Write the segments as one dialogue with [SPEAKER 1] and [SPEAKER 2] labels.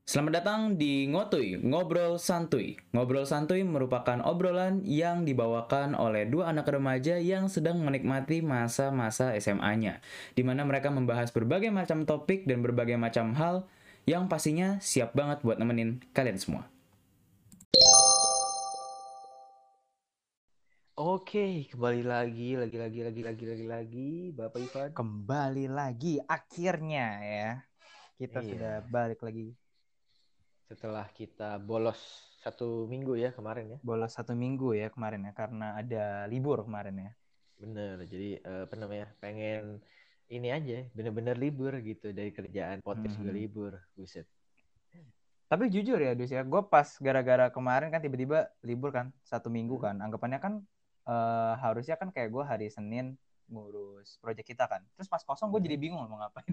[SPEAKER 1] Selamat datang di Ngotuy, Ngobrol Santuy. Ngobrol Santuy merupakan obrolan yang dibawakan oleh dua anak remaja yang sedang menikmati masa-masa SMA-nya, di mana mereka membahas berbagai macam topik dan berbagai macam hal yang pastinya siap banget buat nemenin kalian semua.
[SPEAKER 2] Oke, kembali lagi, Bapak Ivan.
[SPEAKER 3] Kembali lagi akhirnya ya. Kita sudah
[SPEAKER 2] Iya,
[SPEAKER 3] balik lagi.
[SPEAKER 2] setelah kita bolos 1 minggu ya kemarin ya.
[SPEAKER 3] Bolos 1 minggu ya kemarin ya, karena ada libur kemarin ya.
[SPEAKER 2] Bener, jadi apa namanya, pengen ini aja, bener-bener libur gitu dari kerjaan, podcast juga libur, buset.
[SPEAKER 3] Tapi jujur ya Dus ya, gue pas gara-gara kemarin kan tiba-tiba libur kan 1 minggu kan. Anggapannya kan harusnya kan kayak gue hari Senin ngurus proyek kita kan. Terus pas kosong gue jadi bingung mau ngapain.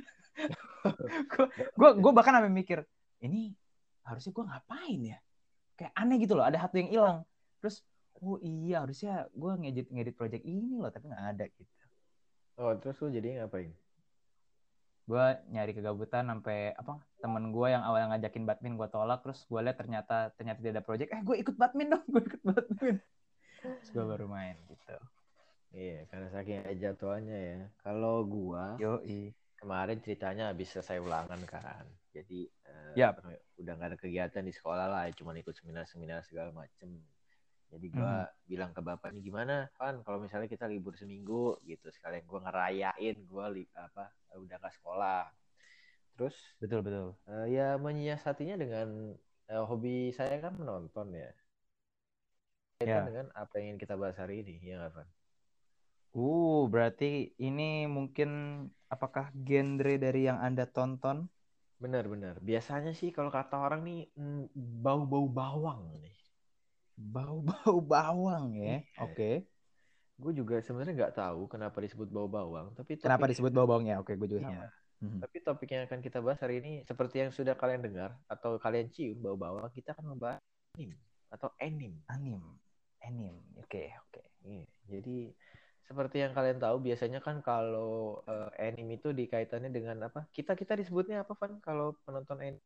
[SPEAKER 3] Gue bahkan sampai mikir, ini harusnya gue ngapain ya? Kayak aneh gitu loh, ada satu yang hilang. Terus oh iya harusnya gue ngedit project ini loh, tapi nggak ada gitu.
[SPEAKER 2] Oh, terus lu jadi ngapain?
[SPEAKER 3] Gue nyari kegabutan sampai apa, temen gue yang awalnya ngajakin badminton gue tolak, terus gue lihat ternyata tidak ada project, gue ikut badminton dong, gue ikut badminton. Terus gue baru main gitu.
[SPEAKER 2] Iya, karena saking jadwalnya ya. Kalau gua
[SPEAKER 3] Yoi.
[SPEAKER 2] kemarin ceritanya habis selesai ulangan kan. Jadi
[SPEAKER 3] Yap.
[SPEAKER 2] udah gak ada kegiatan di sekolah lah, cuma ikut seminar-seminar segala macem. Jadi gue bilang ke bapak, ini gimana Van kalau misalnya kita libur seminggu gitu, sekalian gue ngerayain gue udah gak sekolah. Terus
[SPEAKER 3] Betul.
[SPEAKER 2] ya menyiasatinya dengan hobi saya kan menonton ya. Kaitan
[SPEAKER 3] Ya.
[SPEAKER 2] dengan apa yang ingin kita bahas hari ini, ya nggak Van?
[SPEAKER 3] Berarti ini mungkin apakah genre dari yang Anda tonton?
[SPEAKER 2] Benar. Biasanya sih kalau kata orang nih bau-bau bawang nih.
[SPEAKER 3] Bau-bau bawang ya.
[SPEAKER 2] Iya.
[SPEAKER 3] Oke.
[SPEAKER 2] Gue juga sebenarnya nggak tahu kenapa disebut bau bawang, tapi
[SPEAKER 3] Kenapa
[SPEAKER 2] topiknya
[SPEAKER 3] disebut bawang ya? Oke, gue juga
[SPEAKER 2] iya.
[SPEAKER 3] sama.
[SPEAKER 2] Tapi topik yang akan kita bahas hari ini, seperti yang sudah kalian dengar atau kalian cium bau bawang, kita akan membahas anime atau anime.
[SPEAKER 3] Anime. Oke.
[SPEAKER 2] Iya. Jadi seperti yang kalian tahu, biasanya kan kalau anime itu dikaitannya dengan apa? Kita disebutnya apa, Van? Kalau penonton anime?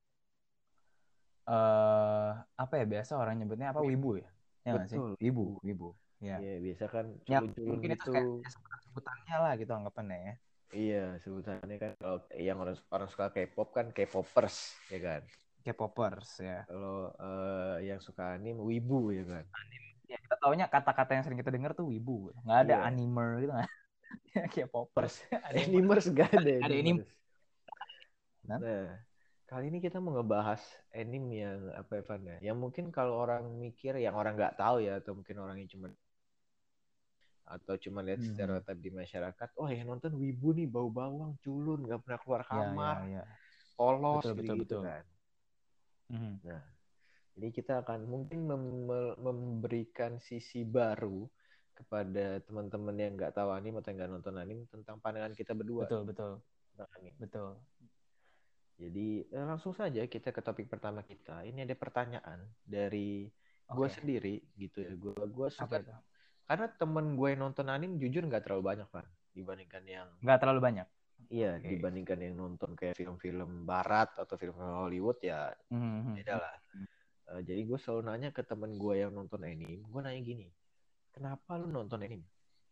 [SPEAKER 3] Apa ya, biasa orang nyebutnya apa, wibu ya? Ya nggak sih?
[SPEAKER 2] Betul.
[SPEAKER 3] Wibu. Ya.
[SPEAKER 2] Iya, biasa kan
[SPEAKER 3] Ya
[SPEAKER 2] culun-culun
[SPEAKER 3] mungkin itu
[SPEAKER 2] gitu.
[SPEAKER 3] kayak sebutannya lah gitu anggapannya ya.
[SPEAKER 2] Iya, sebutannya kan kalau yang orang suka K-pop kan K-popers, ya kan?
[SPEAKER 3] K-popers ya.
[SPEAKER 2] Kalau yang suka anime, wibu, ya kan?
[SPEAKER 3] Ya, kita taunya kata-kata yang sering kita dengar tuh wibu. Nggak ada
[SPEAKER 2] Iya.
[SPEAKER 3] animer gitu nggak? K-popers. Animer.
[SPEAKER 2] Animers gak ada
[SPEAKER 3] Ada anime.
[SPEAKER 2] animers. Nah, kali ini kita mau ngebahas anime yang apa ya, Van ya? Yang mungkin kalau orang mikir, yang orang nggak tahu ya, atau mungkin orang yang cuma lihat stereotip di masyarakat, oh yang nonton wibu nih bau bawang, culun, nggak pernah keluar kamar,
[SPEAKER 3] Ya.
[SPEAKER 2] polos gitu
[SPEAKER 3] Betul.
[SPEAKER 2] kan. Nah, jadi kita akan mungkin memberikan sisi baru kepada teman-teman yang nggak tahu anime atau yang nggak nonton anime tentang pandangan kita berdua
[SPEAKER 3] Betul.
[SPEAKER 2] tentang anime.
[SPEAKER 3] Betul.
[SPEAKER 2] Jadi langsung saja kita ke topik pertama kita. Ini ada pertanyaan dari gue
[SPEAKER 3] Oke.
[SPEAKER 2] sendiri gitu ya. Gue
[SPEAKER 3] Apa
[SPEAKER 2] suka
[SPEAKER 3] itu?
[SPEAKER 2] karena temen gue yang nonton anime jujur nggak terlalu banyak Pak dibandingkan yang
[SPEAKER 3] Nggak terlalu banyak.
[SPEAKER 2] iya
[SPEAKER 3] Oke.
[SPEAKER 2] dibandingkan yang nonton kayak film-film Barat atau film Hollywood ya beda lah. Jadi gue selalu nanya ke temen gue yang nonton anime, gue nanya gini, kenapa lu nonton anime?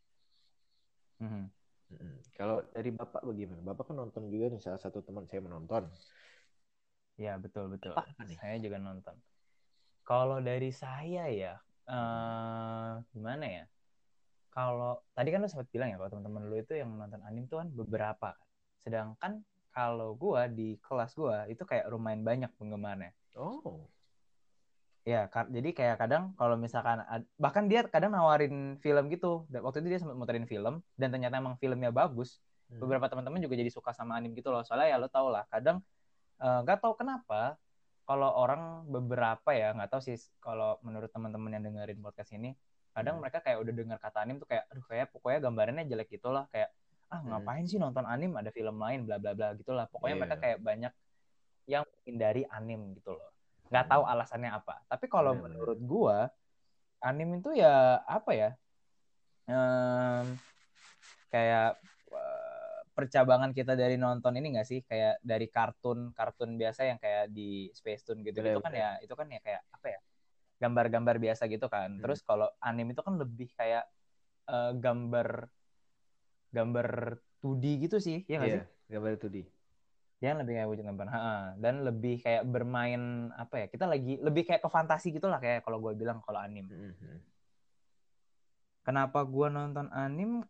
[SPEAKER 2] Kalau dari bapak bagaimana? Bapak kan nonton juga nih, salah satu teman saya menonton.
[SPEAKER 3] Ya betul.
[SPEAKER 2] Apa nih?
[SPEAKER 3] Saya juga nonton. Kalau dari saya ya, gimana ya? Kalau tadi kan lu sempat bilang ya, kalau teman-teman lu itu yang nonton anime tuh kan beberapa kan. Sedangkan kalau gua di kelas gua itu kayak lumayan banyak penggemarnya.
[SPEAKER 2] Oh.
[SPEAKER 3] Ya, jadi kayak kadang kalau misalkan bahkan dia kadang nawarin film gitu. Waktu itu dia sempat muterin film dan ternyata emang filmnya bagus. Beberapa teman-teman juga jadi suka sama anime gitu loh. Soalnya ya lo tau lah, kadang nggak tahu kenapa kalau orang beberapa ya, nggak tahu sih kalau menurut teman-teman yang dengerin podcast ini, kadang mereka kayak udah dengar kata anime tuh kayak aduh kayak pokoknya gambarannya jelek gitulah, kayak ngapain sih nonton anime, ada film lain bla bla bla gitulah. Pokoknya mereka kayak banyak yang menghindari anime gitu loh. Nggak tahu alasannya apa. Tapi kalau menurut gua anime itu ya apa ya? Kayak percabangan kita dari nonton ini nggak sih, kayak dari kartun biasa yang kayak di Space Tune gitu-gitu kan ya, itu kan ya kayak apa ya, gambar-gambar biasa gitu kan. Terus kalau anime itu kan lebih kayak gambar 2D gitu sih, ya nggak sih?
[SPEAKER 2] Gambar 2D.
[SPEAKER 3] Dia lebih kayak wujud gambar, dan lebih kayak bermain apa ya? Kita lagi lebih kayak ke fantasi gitulah, kayak kalau gue bilang kalau anime. Kenapa gue nonton anime?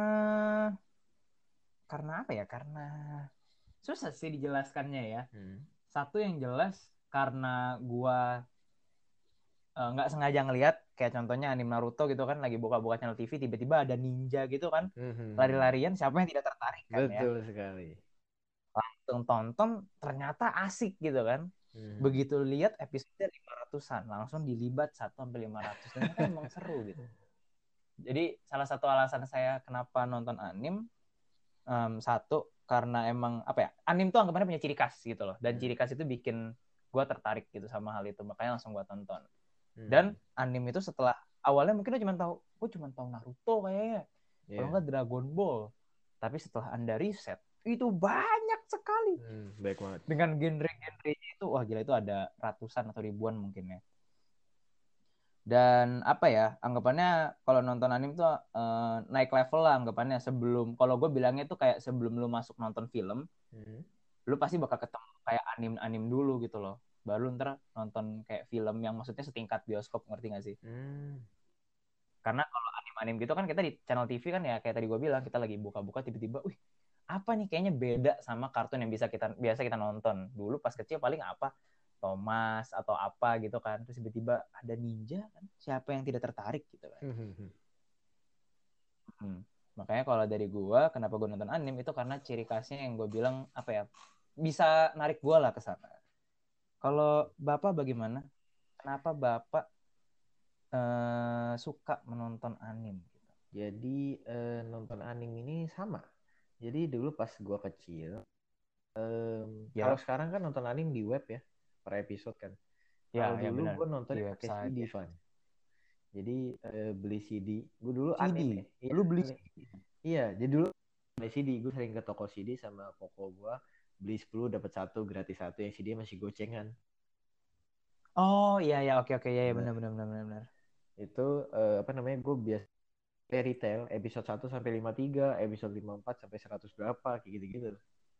[SPEAKER 3] Karena apa ya? Karena susah sih dijelaskannya ya. Satu yang jelas karena gue nggak sengaja ngelihat, kayak contohnya anime Naruto gitu kan, lagi buka-buka channel TV tiba-tiba ada ninja gitu kan, lari-larian, siapa yang tidak tertarik kan?
[SPEAKER 2] Betul sekali.
[SPEAKER 3] Langsung tonton, ternyata asik gitu kan. Begitu lihat episode 500-an, langsung dilibat 1-500, dan kan emang seru gitu. Jadi salah satu alasan saya kenapa nonton anime, satu karena emang apa ya, anime tuh anggapannya punya ciri khas gitu loh, dan ciri khas itu bikin gue tertarik gitu sama hal itu, makanya langsung gue tonton. Dan anime itu setelah awalnya mungkin gue cuma tahu Naruto kayaknya, kalau nggak Dragon Ball, tapi setelah Anda riset itu banyak sekali,
[SPEAKER 2] baik banget.
[SPEAKER 3] dengan genre-genre itu, wah gila, itu ada ratusan atau ribuan mungkin ya. Dan apa ya, anggapannya kalau nonton anime tuh naik level lah anggapannya. Sebelum, kalau gue bilangnya tuh kayak sebelum lu masuk nonton film, lu pasti bakal ketemu kayak anime dulu gitu loh, baru ntar nonton kayak film yang maksudnya setingkat bioskop, ngerti gak sih? Karena kalau anime gitu kan, kita di channel TV kan ya, kayak tadi gue bilang, kita lagi buka-buka tiba-tiba, wih apa nih, kayaknya beda sama kartun yang biasa kita nonton dulu pas kecil, paling apa, Thomas atau apa gitu kan, terus tiba-tiba ada ninja kan, siapa yang tidak tertarik gitu kan. Makanya kalau dari gue, kenapa gue nonton anime itu karena ciri khasnya yang gue bilang apa ya, bisa narik gue lah ke sana. Kalau Bapak bagaimana? Kenapa Bapak suka menonton anime?
[SPEAKER 2] Jadi nonton anime ini sama. Jadi dulu pas gue kecil, kalau sekarang kan nonton anime di web ya, per episode kan. Kalau dulu gue nontonnya pakai CD, Van. Jadi beli CD. Gue dulu anime.
[SPEAKER 3] Lu beli CD?
[SPEAKER 2] Iya, jadi dulu beli CD. Gue sering ke toko CD sama koko gue. Beli 10 dapat 1 gratis 1, yang CD masih gocengan.
[SPEAKER 3] Oh iya, oke, ya, benar.
[SPEAKER 2] Itu apa namanya, gue biasa retail episode 1 sampai 53, episode 54 sampai 100 berapa, kayak gitu-gitu.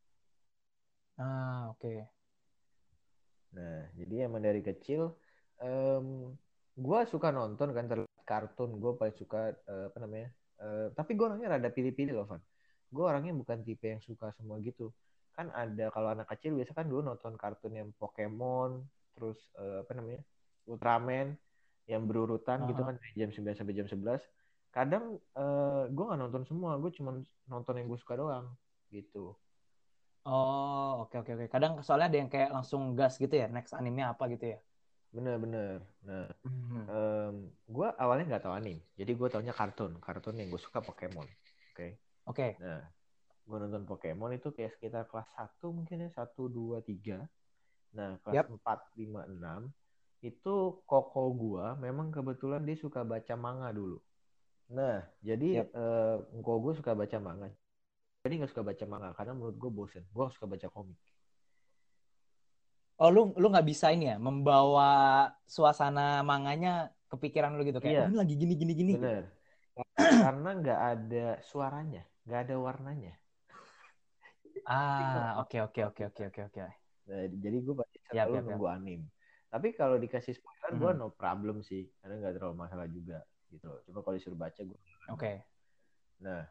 [SPEAKER 3] Oke.
[SPEAKER 2] Nah, jadi emang dari kecil gue suka nonton kan, kartun. Gue paling suka apa namanya, tapi gue orangnya rada pilih-pilih loh, Van. Gue orangnya bukan tipe yang suka semua gitu. Kan ada, kalau anak kecil biasa kan dulu nonton kartun yang Pokemon, terus apa namanya, Ultraman, yang berurutan gitu kan, dari jam 9 sampai jam 11. Kadang gue gak nonton semua, gue cuma nonton yang gue suka doang gitu.
[SPEAKER 3] Oh, oke. Kadang soalnya ada yang kayak langsung gas gitu ya, next anime apa gitu ya.
[SPEAKER 2] Bener. Nah, gue awalnya nggak tahu anime, jadi gue taunya kartun yang gue suka Pokemon. Oke. Nah, gue nonton Pokemon itu kayak sekitar kelas 1 mungkin ya, 1, 2, 3. Nah, kelas 4, 5, 6 itu koko gue memang kebetulan dia suka baca manga dulu. Nah, jadi koko gue suka baca manga. Jadi nggak suka baca manga karena menurut gue bosen. Gue suka baca komik.
[SPEAKER 3] Oh, lu nggak bisa ini ya, membawa suasana manganya kepikiran lu gitu, kayak ini lagi gini.
[SPEAKER 2] Bener. Karena nggak ada suaranya, nggak ada warnanya.
[SPEAKER 3] Oke.
[SPEAKER 2] Nah, jadi gue pasti selalu nunggu anime. Tapi kalau dikasih spoiler, gue no problem sih, karena nggak terlalu masalah juga gitu loh. Cuma kalau disuruh baca, gue. Nah,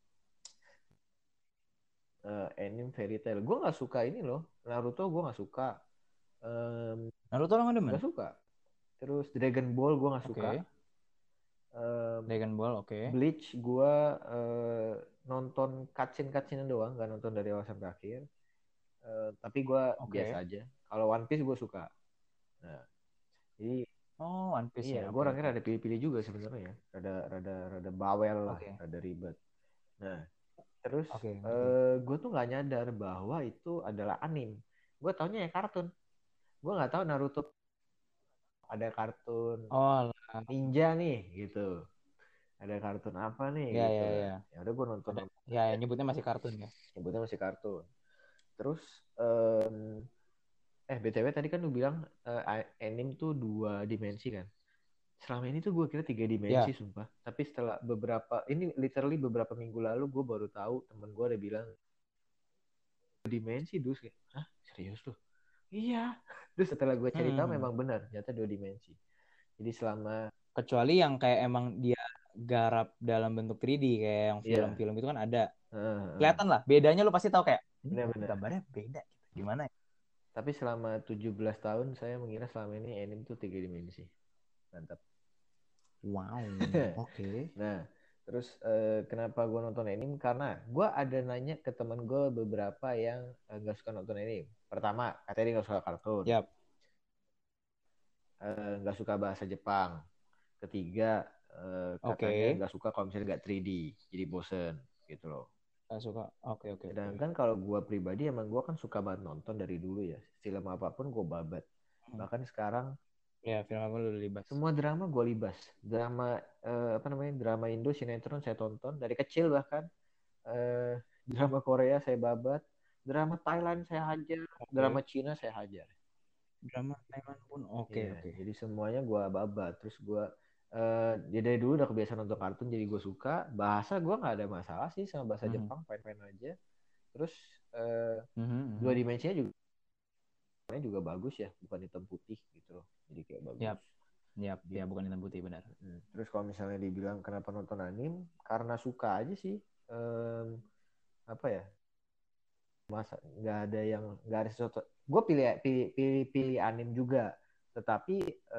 [SPEAKER 2] anime fairy tail, gue nggak suka ini loh. Naruto gue nggak suka.
[SPEAKER 3] Naruto lo nggak
[SPEAKER 2] suka. Terus Dragon Ball gue nggak suka.
[SPEAKER 3] Dragon Ball,
[SPEAKER 2] Bleach gue nonton cutscene doang, nggak nonton dari awal sampai akhir. Tapi gue biasa aja. Kalau One Piece gue suka. Nah, jadi
[SPEAKER 3] One Piece ya.
[SPEAKER 2] Gue orangnya rada pilih-pilih juga sebenarnya. Rada bawel lah, rada ribet. Nah, terus gue tuh nggak nyadar bahwa itu adalah anime. Gue taunya ya kartun. Gue nggak tahu Naruto ada kartun ninja nih gitu. ada kartun apa nih
[SPEAKER 3] Ya,
[SPEAKER 2] gitu
[SPEAKER 3] ya,
[SPEAKER 2] kan.
[SPEAKER 3] ya.
[SPEAKER 2] Ya udah gue nonton
[SPEAKER 3] Ada. Ya, yang nyebutnya masih kartun ya.
[SPEAKER 2] sebutnya masih kartun. Terus BTW tadi kan lu bilang anime tuh 2 dimensi kan. Selama ini tuh gue kira 3 dimensi
[SPEAKER 3] Ya.
[SPEAKER 2] sumpah. Tapi setelah ini literally beberapa minggu lalu gue baru tahu temen gue ada bilang 2 dimensi dus kayak, hah serius tuh? Iya. Terus setelah gue cari tahu
[SPEAKER 3] Hmm.
[SPEAKER 2] memang benar, ternyata 2 dimensi. Jadi selama
[SPEAKER 3] Kecuali yang kayak emang dia garap dalam bentuk 3D kayak yang
[SPEAKER 2] iya,
[SPEAKER 3] film-film itu kan ada.
[SPEAKER 2] heeh,
[SPEAKER 3] Kelihatan lah bedanya, lu pasti tahu kayak ini
[SPEAKER 2] benar-benar.
[SPEAKER 3] gambarnya beda gitu. Gimana ya?
[SPEAKER 2] Tapi selama 17 tahun saya mengira selama ini anime tuh 3 dimensi. Mantap.
[SPEAKER 3] Wow. Oke.
[SPEAKER 2] Nah, terus kenapa gue nonton anime? Karena gue ada nanya ke temen gue beberapa yang nggak suka nonton anime. Pertama, katanya dia nggak suka kartun,
[SPEAKER 3] Yap.
[SPEAKER 2] nggak suka bahasa Jepang. Ketiga, katanya
[SPEAKER 3] Oke.
[SPEAKER 2] nggak suka kalau misalnya nggak 3D, jadi bosen gitu loh.
[SPEAKER 3] Gak suka. Oke, oke, oke.
[SPEAKER 2] Sedangkan kalau gue pribadi emang gue kan suka banget nonton dari dulu ya. Film apapun gue babat.
[SPEAKER 3] Hmm.
[SPEAKER 2] Bahkan sekarang
[SPEAKER 3] Ya, film apa lu libas?
[SPEAKER 2] semua drama gue libas. Drama apa namanya? Drama Indo, sinetron saya tonton dari kecil bahkan. Eh, Drama Korea saya babat, drama Thailand saya hajar, drama
[SPEAKER 3] Oke.
[SPEAKER 2] Cina saya hajar.
[SPEAKER 3] Drama Thailand pun oke,
[SPEAKER 2] Iya,
[SPEAKER 3] oke.
[SPEAKER 2] jadi semuanya gue babat. Terus gue ya dari dulu udah kebiasaan nonton kartun, jadi gue suka. Bahasa gue nggak ada masalah sih sama bahasa
[SPEAKER 3] Mhm.
[SPEAKER 2] Jepang, fine-fine aja. Terus eh,
[SPEAKER 3] Mhm,
[SPEAKER 2] dua
[SPEAKER 3] mhm.
[SPEAKER 2] dimensinya juga bagus ya, bukan hitam putih gitu loh. Jadi kayak bagus.
[SPEAKER 3] Yap. Yap, ya
[SPEAKER 2] Gitu.
[SPEAKER 3] bukan hitam putih benar.
[SPEAKER 2] Terus kalau misalnya dibilang kenapa nonton anime, karena suka aja sih. Apa ya? Masa nggak ada sesuatu. Gue pilih anime juga, tetapi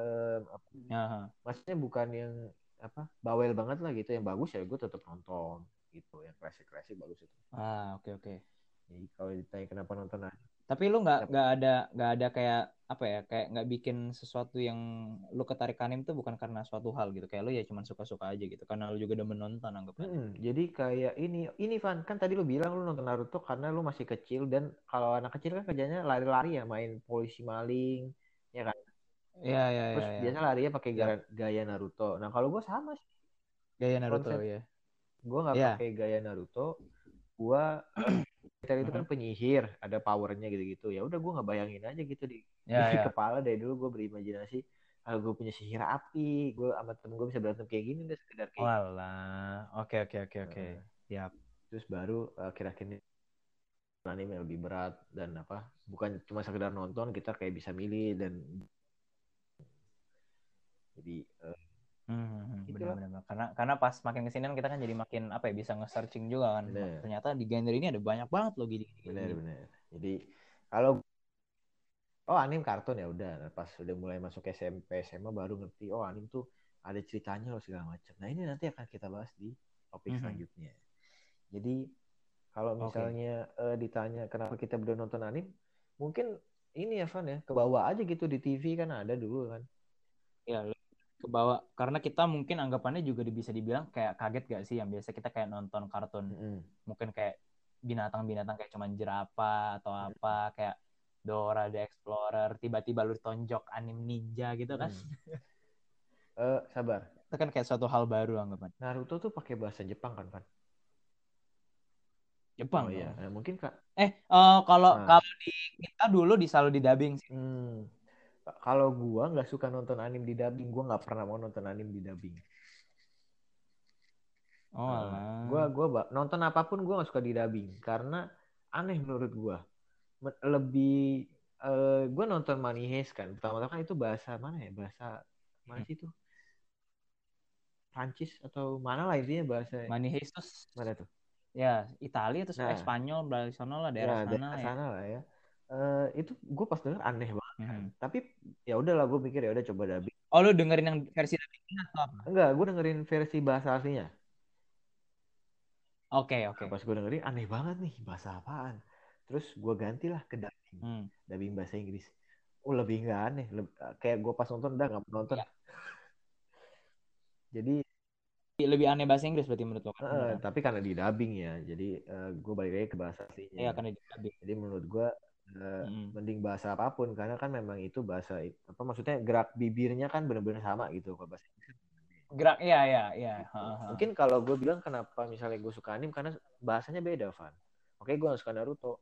[SPEAKER 3] Aha.
[SPEAKER 2] maksudnya bukan yang apa bawel banget lah gitu, yang bagus ya gue tetap nonton gitu, yang klasik bagus itu.
[SPEAKER 3] Oke, oke.
[SPEAKER 2] Jadi kalau ditanya kenapa nonton anime,
[SPEAKER 3] Tapi lu nggak
[SPEAKER 2] kenapa?
[SPEAKER 3] nggak ada kayak apa ya, kayak nggak bikin sesuatu yang lu ketarik anim tuh bukan karena suatu hal gitu, kayak lu ya cuma suka-suka aja gitu karena lu juga udah menonton anggapannya.
[SPEAKER 2] Jadi kayak ini Van, kan tadi lu bilang lu nonton Naruto karena lu masih kecil, dan kalau anak kecil kan kerjanya lari-lari ya, main polisi maling ya kan.
[SPEAKER 3] Iya, iya, iya,
[SPEAKER 2] Terus
[SPEAKER 3] iya.
[SPEAKER 2] biasanya larinya pakai
[SPEAKER 3] Yap.
[SPEAKER 2] gaya Naruto. Nah kalau gue sama sih
[SPEAKER 3] Gaya Naruto
[SPEAKER 2] konsep,
[SPEAKER 3] ya.
[SPEAKER 2] gue nggak
[SPEAKER 3] Iya.
[SPEAKER 2] pakai gaya Naruto. Gue Tadi itu kan
[SPEAKER 3] Mhm.
[SPEAKER 2] penyihir, ada powernya gitu-gitu. Ya udah gue nggak bayangin aja gitu di
[SPEAKER 3] Ya, ya.
[SPEAKER 2] kepala. Dari dulu gue berimajinasi kalau gue punya sihir api, gue sama temen gue bisa berantem kayak gini, udah sekedar kayak gitu.
[SPEAKER 3] Walah. Oke, oke, oke, oke.
[SPEAKER 2] Nah,
[SPEAKER 3] Yap.
[SPEAKER 2] terus baru akhir-akhir ini anime yang lebih berat dan apa, bukan cuma sekedar nonton, kita kayak bisa milih dan jadi itulah.
[SPEAKER 3] Benar-benar. Karena pas makin kesini kan kita kan jadi makin apa ya, bisa nge-searching juga kan.
[SPEAKER 2] Bener,
[SPEAKER 3] Ternyata di genre ini ada banyak banget loh gini gini
[SPEAKER 2] bener,
[SPEAKER 3] gini.
[SPEAKER 2] bener. Jadi kalau anime kartun ya udah. Nah, pas udah mulai masuk SMP SMA baru ngerti anime tuh ada ceritanya loh segala macam. Nah ini nanti akan kita bahas di topik
[SPEAKER 3] Mhm.
[SPEAKER 2] selanjutnya. Jadi kalau
[SPEAKER 3] Oke.
[SPEAKER 2] misalnya ditanya kenapa kita belum nonton anime, mungkin ini ya Van ya, ke bawah aja gitu di TV kan ada dulu kan.
[SPEAKER 3] Ya, ke bawah karena kita mungkin anggapannya juga bisa dibilang kayak kaget gak sih, yang biasa kita kayak nonton kartun
[SPEAKER 2] Mm-mm.
[SPEAKER 3] mungkin kayak binatang-binatang kayak cuman jerapah atau apa kayak Dora the Explorer, tiba-tiba lu tonjok anime ninja gitu kan.
[SPEAKER 2] Mm-mm. Sabar,
[SPEAKER 3] Itu kan kayak suatu hal baru anggapan.
[SPEAKER 2] Naruto tuh pakai bahasa Jepang kan Van? Oh
[SPEAKER 3] Jepang
[SPEAKER 2] iya,
[SPEAKER 3] dong.
[SPEAKER 2] mungkin Kak.
[SPEAKER 3] Kalau
[SPEAKER 2] Nah,
[SPEAKER 3] kalau di kita dulu selalu di dubbing sih.
[SPEAKER 2] hmm, kalau gua nggak suka nonton anime di dubbing, gua nggak pernah mau nonton anime di dubbing.
[SPEAKER 3] Oh
[SPEAKER 2] Uh, gua
[SPEAKER 3] alah.
[SPEAKER 2] gua nonton apapun gua nggak suka di dubbing karena aneh menurut gua. Lebih gua nonton Money Heist kan. Pertama-tama kan itu bahasa mana ya? Bahasa mana sih itu? Prancis atau mana lah intinya bahasa
[SPEAKER 3] Money Heist tuh
[SPEAKER 2] mana tuh?
[SPEAKER 3] ya Italia terus
[SPEAKER 2] Nah,
[SPEAKER 3] Spanyol dari sana lah,
[SPEAKER 2] ya
[SPEAKER 3] daerah sana
[SPEAKER 2] daerah
[SPEAKER 3] ya.
[SPEAKER 2] sana lah ya. Itu gue pas denger aneh banget kan.
[SPEAKER 3] Mhm.
[SPEAKER 2] Tapi ya udahlah gue pikir ya udah coba dubbing.
[SPEAKER 3] Oh, lu dengerin yang versi dubbingnya atau apa?
[SPEAKER 2] Enggak, gue dengerin versi bahasa aslinya.
[SPEAKER 3] Oke,
[SPEAKER 2] Nah,
[SPEAKER 3] oke.
[SPEAKER 2] pas gue dengerin aneh banget nih bahasa apaan. Terus gue gantilah ke dubbing,
[SPEAKER 3] Hmm.
[SPEAKER 2] dubbing bahasa Inggris. Oh lebih nggak aneh, kayak gue pas nonton udah nggak mau nonton.
[SPEAKER 3] Ya,
[SPEAKER 2] Jadi
[SPEAKER 3] lebih aneh bahasa Inggris berarti menurut lo kan, beneran.
[SPEAKER 2] tapi karena di dubbing ya, jadi gue balik lagi ke bahasa aslinya.
[SPEAKER 3] Iya, karena di dubbing.
[SPEAKER 2] Jadi menurut gue
[SPEAKER 3] Mm-mm.
[SPEAKER 2] mending bahasa apapun karena kan memang itu bahasa apa maksudnya gerak bibirnya kan benar-benar sama gitu kalau bahasa Inggris.
[SPEAKER 3] Gerak, iya.
[SPEAKER 2] Gitu. Mungkin kalau gue bilang kenapa misalnya gue suka anime karena bahasanya beda, Van. Oke, gue gak suka Naruto.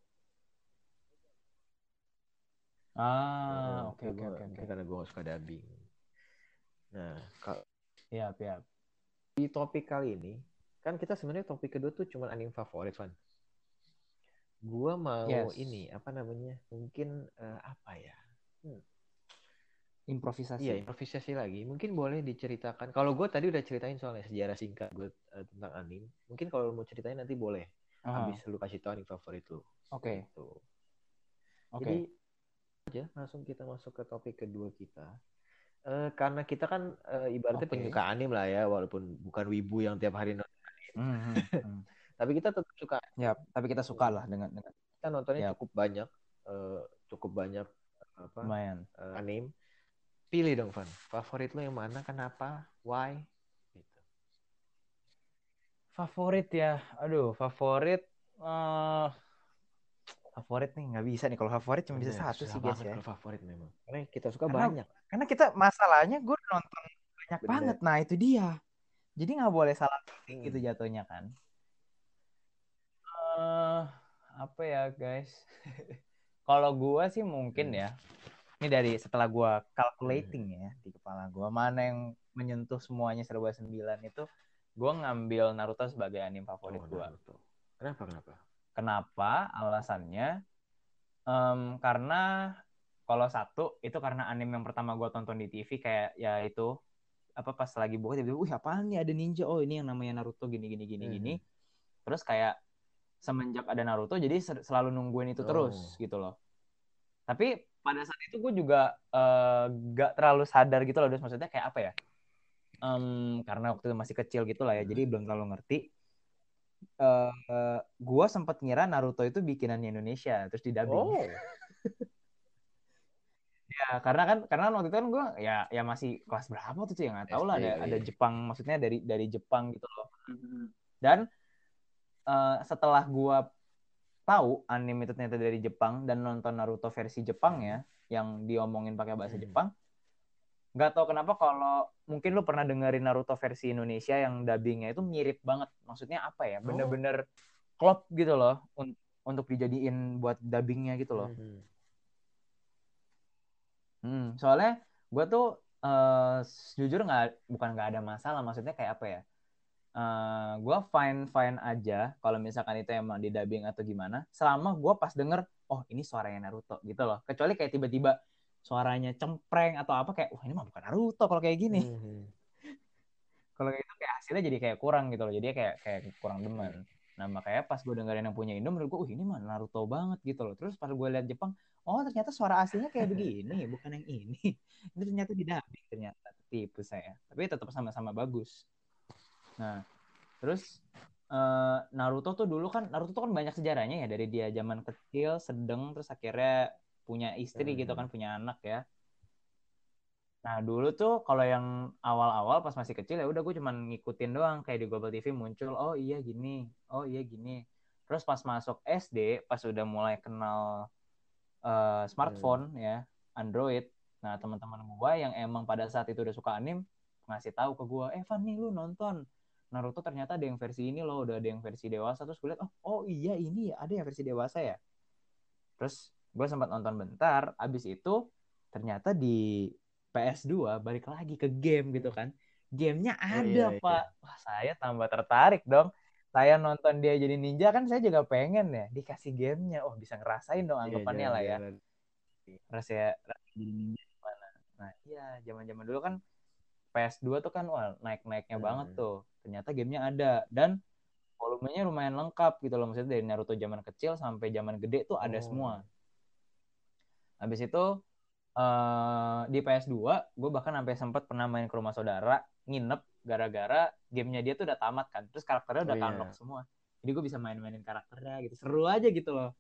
[SPEAKER 3] Oke.
[SPEAKER 2] Mungkin karena gue gak suka dubbing. Nah, kalau
[SPEAKER 3] Iya.
[SPEAKER 2] di topik kali ini, kan kita sebenarnya topik kedua tuh cuma anime favorit, Van. Gue mau
[SPEAKER 3] Yes.
[SPEAKER 2] ini, apa namanya, mungkin apa ya?
[SPEAKER 3] Improvisasi.
[SPEAKER 2] Iya, improvisasi lagi. Mungkin boleh diceritakan. Kalau gue tadi udah ceritain soalnya sejarah singkat gue tentang anime. Mungkin kalau mau ceritain nanti boleh. Habis lu kasih tau anime favorit lu.
[SPEAKER 3] Oke.
[SPEAKER 2] Gitu. Jadi aja langsung kita masuk ke topik kedua kita. Karena kita kan ibaratnya penyuka anime lah ya, walaupun bukan wibu yang tiap hari nonton. Tapi kita tetap suka.
[SPEAKER 3] Ya, tapi kita suka lah dengan
[SPEAKER 2] kita nontonnya cukup banyak apa?
[SPEAKER 3] Lumayan.
[SPEAKER 2] Anime. Pilih dong, Van. Favorit lo yang mana? Kenapa? Why? Gitu.
[SPEAKER 3] Favorit ya. Aduh, favorit nih nggak bisa nih. Kalau favorit cuma bisa satu sih, guys ya.
[SPEAKER 2] Kalau favorit memang. Karena kita suka banyak.
[SPEAKER 3] Karena kita masalahnya gue nonton banyak banget. Nah, itu dia. Jadi nggak boleh salah pilih gitu jatuhnya kan. Apa ya, guys? Kalau gue sih mungkin ya. Ini dari setelah gue calculating ya di kepala gue, mana yang menyentuh semuanya serba 9 itu, gue ngambil Naruto sebagai anime favorit gue. Kenapa? Alasannya karena kalau satu itu karena anime yang pertama gue tonton di TV, kayak ya itu apa, pas lagi buka tiba-tiba, wih apaan nih, ada ninja, oh ini yang namanya Naruto gini. Terus kayak semenjak ada Naruto jadi selalu nungguin itu terus gitu loh. Tapi pada saat itu gue juga gak terlalu sadar gitu loh, maksudnya kayak apa ya, karena waktu itu masih kecil gitu lah ya, jadi belum terlalu ngerti. Gue sempat ngira Naruto itu bikinannya Indonesia terus didubbing. Ya karena waktu itu kan gue ya masih kelas berapa tuh ya, nggak tahu lah, ada Jepang, maksudnya dari Jepang gitu loh. Dan setelah gue tahu anime itu ternyata dari Jepang dan nonton Naruto versi Jepang ya, yang diomongin pakai bahasa Jepang, nggak tahu kenapa kalau mungkin lu pernah dengerin Naruto versi Indonesia yang dubbingnya itu mirip banget, maksudnya apa ya, bener-bener klop gitu loh untuk dijadiin buat dubbingnya gitu loh. Soalnya gue tuh jujur bukan nggak ada masalah, maksudnya kayak apa ya, gue fine aja kalau misalkan itu emang di dubbing atau gimana, selama gue pas denger oh ini suaranya Naruto gitu loh. Kecuali kayak tiba-tiba suaranya cempreng atau apa, kayak wah ini mah bukan Naruto kalau kayak gini. Kalau kayak itu kayak hasilnya jadi kayak kurang gitu loh, jadi kayak kurang demen. Nah makanya pas gue dengerin yang punya Indo, menurut gue ini mah Naruto banget gitu loh. Terus pas gue lihat Jepang, oh ternyata suara aslinya kayak begini, bukan yang ini. Ini ternyata di dubbing, ternyata tipu saya. Tapi tetap sama-sama bagus. Nah terus Naruto tuh banyak sejarahnya ya, dari dia zaman kecil sedang terus akhirnya punya istri gitu kan, punya anak ya. Nah dulu tuh kalau yang awal-awal pas masih kecil ya udah gue cuma ngikutin doang, kayak di Global TV muncul oh iya gini. Terus pas masuk SD, pas udah mulai kenal smartphone ya, Android. Nah teman-teman gue yang emang pada saat itu udah suka anime ngasih tahu ke gue, Van nih lu nonton Naruto ternyata ada yang versi ini loh, udah ada yang versi dewasa. Terus gue lihat oh iya ini ya ada yang versi dewasa ya. Terus gue sempat nonton bentar, abis itu ternyata di PS2 balik lagi ke game gitu kan. Gamenya ada Pak. Wah saya tambah tertarik dong. Saya nonton dia jadi ninja kan, saya juga pengen ya dikasih gamenya. Oh bisa ngerasain dong anggapannya lah ya. Rasa jadi ninja gimana. Nah iya zaman-zaman dulu kan PS2 tuh kan wah naik-naiknya banget tuh. Ternyata gamenya ada dan volumenya lumayan lengkap gitu loh. Maksudnya dari Naruto zaman kecil sampai zaman gede tuh ada semua. Habis itu di PS2 gue bahkan sampai sempat pernah main ke rumah saudara, nginep gara-gara gamenya dia tuh udah tamat kan, terus karakternya udah unlock semua, jadi gue bisa main-mainin karakternya gitu, seru aja gitu loh.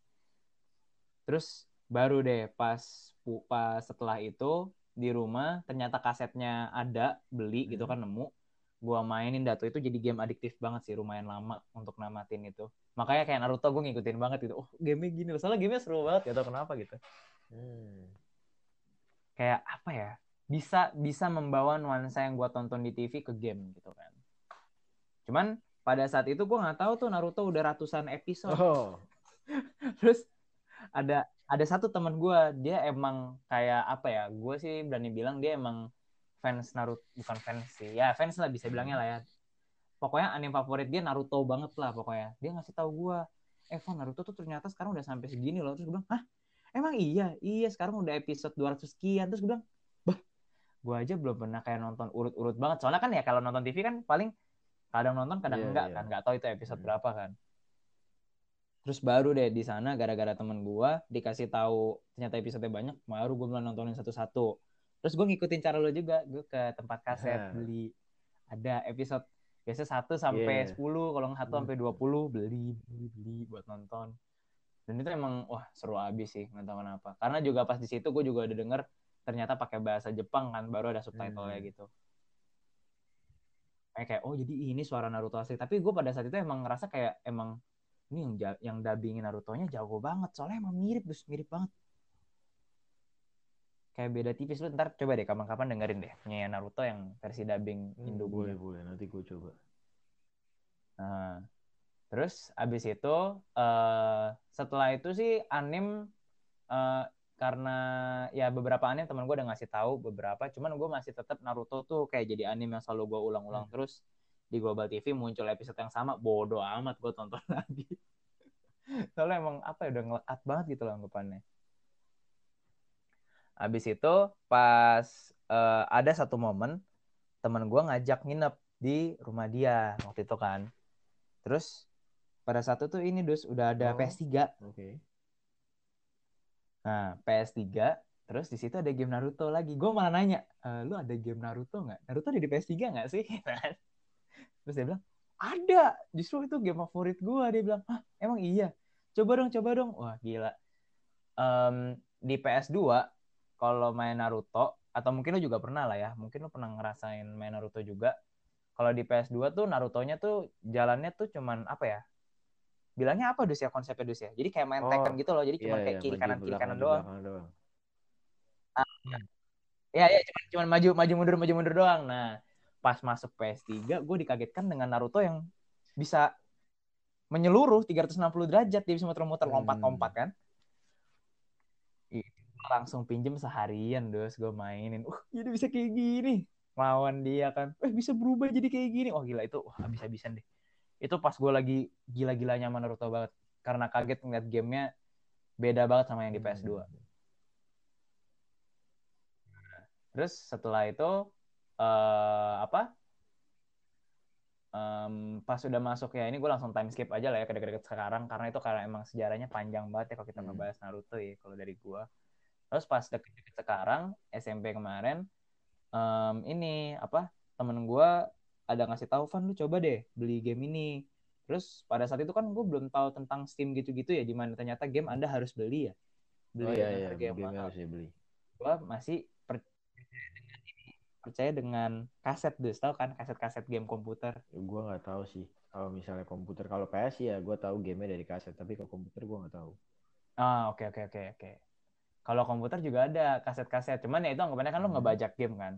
[SPEAKER 3] Terus baru deh pas setelah itu di rumah ternyata kasetnya ada, beli gitu kan, nemu, gue mainin. Dato itu jadi game adiktif banget sih, lumayan lama untuk namatin itu. Makanya kayak Naruto gue ngikutin banget gitu, oh gamenya gini, soalnya gamenya seru banget, gak tau kenapa gitu. Kayak apa ya, bisa membawa nuansa yang gue tonton di TV ke game gitu kan. Cuman pada saat itu gue nggak tahu tuh Naruto udah ratusan episode.
[SPEAKER 2] Oh.
[SPEAKER 3] Terus ada satu teman gue, dia emang kayak apa ya, gue sih berani bilang dia emang fans Naruto, bukan fans sih ya, fans lah bisa bilangnya lah ya, pokoknya anime favorit dia Naruto banget lah pokoknya. Dia ngasih tahu gue, Evan, Naruto tuh ternyata sekarang udah sampai segini loh. Terus gue bilang, hah, emang iya sekarang udah episode 200 sekian. Terus gue bilang, bah, gue aja belum pernah kayak nonton urut-urut banget, soalnya kan ya kalau nonton TV kan paling kadang nonton kadang enggak kan, nggak tahu itu episode berapa kan. Terus baru deh di sana gara-gara temen gue dikasih tahu ternyata episode banyak, baru gue mulai nontonin satu-satu. Terus gue ngikutin cara lo juga, gue ke tempat kaset beli, ada episode biasa 1 sampai 10, kalau nggak 1 sampai 20 beli buat nonton. Dan itu emang wah seru abis sih, nggak tahu kenapa. Karena juga pas di situ gue juga udah denger ternyata pakai bahasa Jepang kan, baru ada subtitlenya gitu. Kayak oh jadi ini suara Naruto asli. Tapi gue pada saat itu emang ngerasa kayak emang ini yang dubbingin Naruto-nya jago banget, soalnya emang mirip banget. Kayak beda tipis. Lu ntar coba deh kapan-kapan dengerin deh punya Naruto yang versi dubbing Indo.
[SPEAKER 2] Boleh nanti gue coba.
[SPEAKER 3] Nah, terus abis itu setelah itu sih anime karena ya beberapa anime teman gue udah ngasih tahu beberapa, cuman gue masih tetap Naruto tuh kayak jadi anime yang selalu gue ulang-ulang terus di Global TV muncul episode yang sama, bodo amat gue tonton lagi. Soalnya emang apa ya udah ngelekat banget gitu loh anggapannya. Abis itu pas ada satu momen teman gue ngajak nginep di rumah dia waktu itu kan. Terus pada saat itu ini Dus udah ada PS3.
[SPEAKER 2] Okay.
[SPEAKER 3] Nah, PS3, terus di situ ada game Naruto lagi. Gue malah nanya, lu ada game Naruto nggak? Naruto ada di PS3 nggak sih? Terus dia bilang, ada. Justru itu game favorit gue. Dia bilang, hah, emang iya? Coba dong. Wah, gila. Di PS2, kalau main Naruto, atau mungkin lu juga pernah lah ya, mungkin lu pernah ngerasain main Naruto juga. Kalau di PS2 tuh Naruto-nya tuh jalannya tuh cuman apa ya? Bilangnya apa Dus ya konsepnya Dus ya? Jadi kayak main Tekken gitu loh. Jadi cuma kayak kiri kanan doang. Ya cuman maju mundur doang. Nah, pas masuk PS3 gue dikagetkan dengan Naruto yang bisa menyeluruh 360 derajat, dia bisa muter-muter lompat-lompat kan. Langsung pinjem seharian Dus gue mainin. Jadi bisa kayak gini. Lawan dia kan. Bisa berubah jadi kayak gini. Oh gila itu habis-habisan deh. Itu pas gue lagi gila-gilanya sama Naruto banget. Karena kaget ngeliat gamenya beda banget sama yang di PS2. Terus setelah itu pas udah masuk ya ini gue langsung time skip aja lah ya ke deket-deket sekarang, karena itu karena emang sejarahnya panjang banget ya kalau kita ngebahas Naruto ya kalau dari gue. Terus pas deket-deket sekarang SMP kemarin temen gue ada ngasih tahu, Van lu coba deh beli game ini. Terus pada saat itu kan gue belum tahu tentang Steam gitu-gitu ya, dimana ternyata game Anda harus beli ya, harga yang mahal. Gue masih percaya dengan kaset Dus, tahu kan kaset-kaset game komputer?
[SPEAKER 2] Gue nggak tahu sih kalau misalnya komputer. Kalau PS ya gue tahu gamenya dari kaset, tapi kalau komputer gue nggak tahu.
[SPEAKER 3] Oke. Kalau komputer juga ada kaset-kaset, cuman ya itu anggapannya kan lo ngebajak game kan.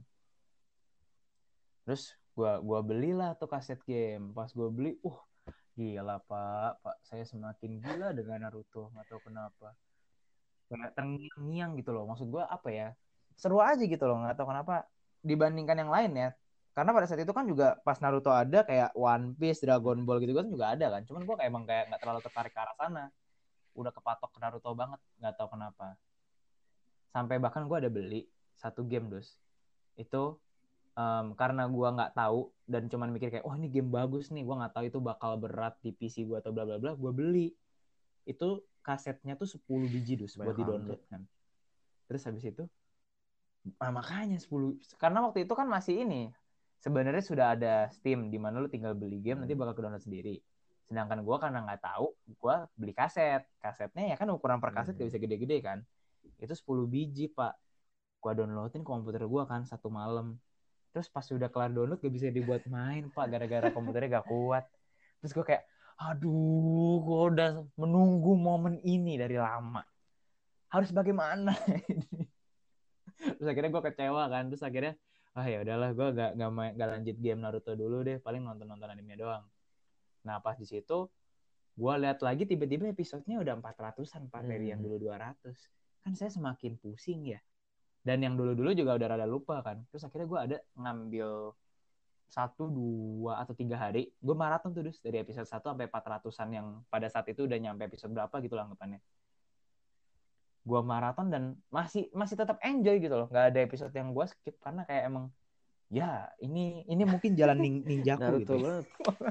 [SPEAKER 3] Terus gua belilah tuh kaset game. Pas gua beli, gila Pak, saya semakin gila dengan Naruto, nggak tahu kenapa. Kayak terngiang-ngiang gitu loh. Maksud gua apa ya? Seru aja gitu loh, nggak tahu kenapa dibandingkan yang lain ya. Karena pada saat itu kan juga pas Naruto ada kayak One Piece, Dragon Ball gitu kan juga ada kan. Cuman gua kayak emang kayak nggak terlalu tertarik ke arah sana. Udah kepatok ke Naruto banget, nggak tahu kenapa. Sampai bahkan gue ada beli satu game Dus. Itu karena gue nggak tahu dan cuman mikir kayak, ini game bagus nih, gue nggak tahu itu bakal berat di PC gue atau bla bla bla, gue beli. Itu kasetnya tuh 10 biji Dus buat di-download kan. Terus habis itu makanya 10, karena waktu itu kan masih ini sebenarnya sudah ada Steam di mana lu tinggal beli game nanti bakal ke-download sendiri. Sedangkan gue karena nggak tahu, gue beli kasetnya ya kan ukuran per kaset gak bisa gede-gede kan. Itu 10 biji Pak. Gue downloadin komputer gue kan satu malam. Terus pas udah kelar download gak bisa dibuat main Pak, gara-gara komputernya gak kuat. Terus gue kayak, aduh, gue udah menunggu momen ini dari lama. Harus bagaimana? Terus akhirnya gue kecewa kan. Terus akhirnya ya udahlah, gue gak lanjut game Naruto dulu deh, paling nonton anime doang. Nah pas di situ gue lihat lagi tiba-tiba episodenya udah 400-an Pak, dari yang dulu 200. Kan saya semakin pusing ya. Dan yang dulu-dulu juga udah rada lupa kan. Terus akhirnya gue ada ngambil 1, 2, atau 3 hari, gue maraton tuh Dus, dari episode 1 sampai 400-an yang pada saat itu udah nyampe episode berapa gitu lah anggapannya. Gue maraton dan masih tetap enjoy gitu loh. Nggak ada episode yang gue skip karena kayak emang ya ini mungkin jalan ninjaku
[SPEAKER 2] Naruto
[SPEAKER 3] gitu.
[SPEAKER 2] banget.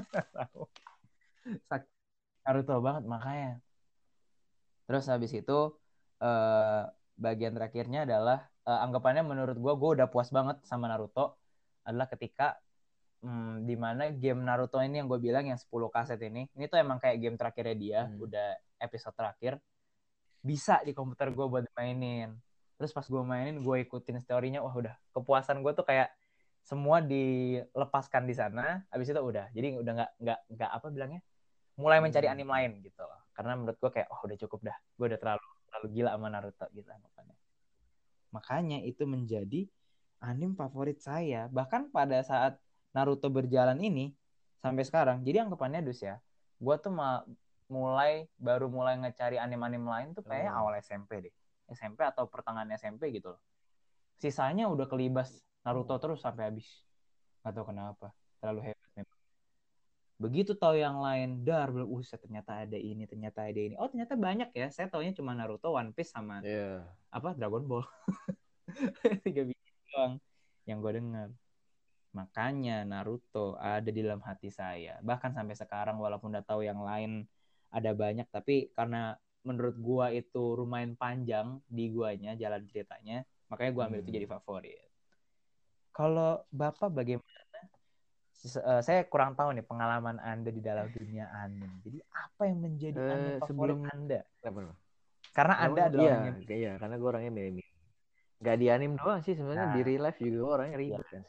[SPEAKER 3] Naruto banget makanya. Terus habis itu bagian terakhirnya adalah anggapannya menurut gue udah puas banget sama Naruto adalah ketika di mana game Naruto ini yang gue bilang yang 10 kaset ini tuh emang kayak game terakhirnya dia, udah episode terakhir, bisa di komputer gue buat mainin. Terus pas gue mainin, gue ikutin story-nya, wah udah kepuasan gue tuh kayak semua dilepaskan di sana. Habis itu udah, jadi udah nggak apa bilangnya, mulai mencari anime lain gitu loh. Karena menurut gue kayak udah cukup dah, gue udah terlalu gila sama Naruto gitu anggapannya. Makanya itu menjadi anime favorit saya. Bahkan pada saat Naruto berjalan ini sampai sekarang. Jadi anggapannya Dus ya, gue tuh baru mulai ngecari anime-anime lain tuh kayaknya awal SMP deh. SMP atau pertengahan SMP gitu loh. Sisanya udah kelibas Naruto terus sampai habis. Gak tau kenapa. Terlalu hebat memang. Begitu tahu yang lain, ternyata ada ini, ternyata ada ini. Oh ternyata banyak ya. Saya taunya cuma Naruto, One Piece sama Dragon Ball. 3 biji doang yang gue dengar. Makanya Naruto ada di dalam hati saya. Bahkan sampai sekarang walaupun udah tahu yang lain ada banyak, tapi karena menurut gua itu lumayan panjang di guanya jalan ceritanya, makanya gua ambil itu jadi favorit. Kalau Bapak bagaimana? Saya kurang tahu nih pengalaman Anda di dalam dunia anime. Jadi apa yang menjadi anime favorit Anda? Karena Anda adalah orang yang
[SPEAKER 2] karena gue orangnya milih. Gak di anime doang sih sebenarnya, di real life juga orangnya ribet kan.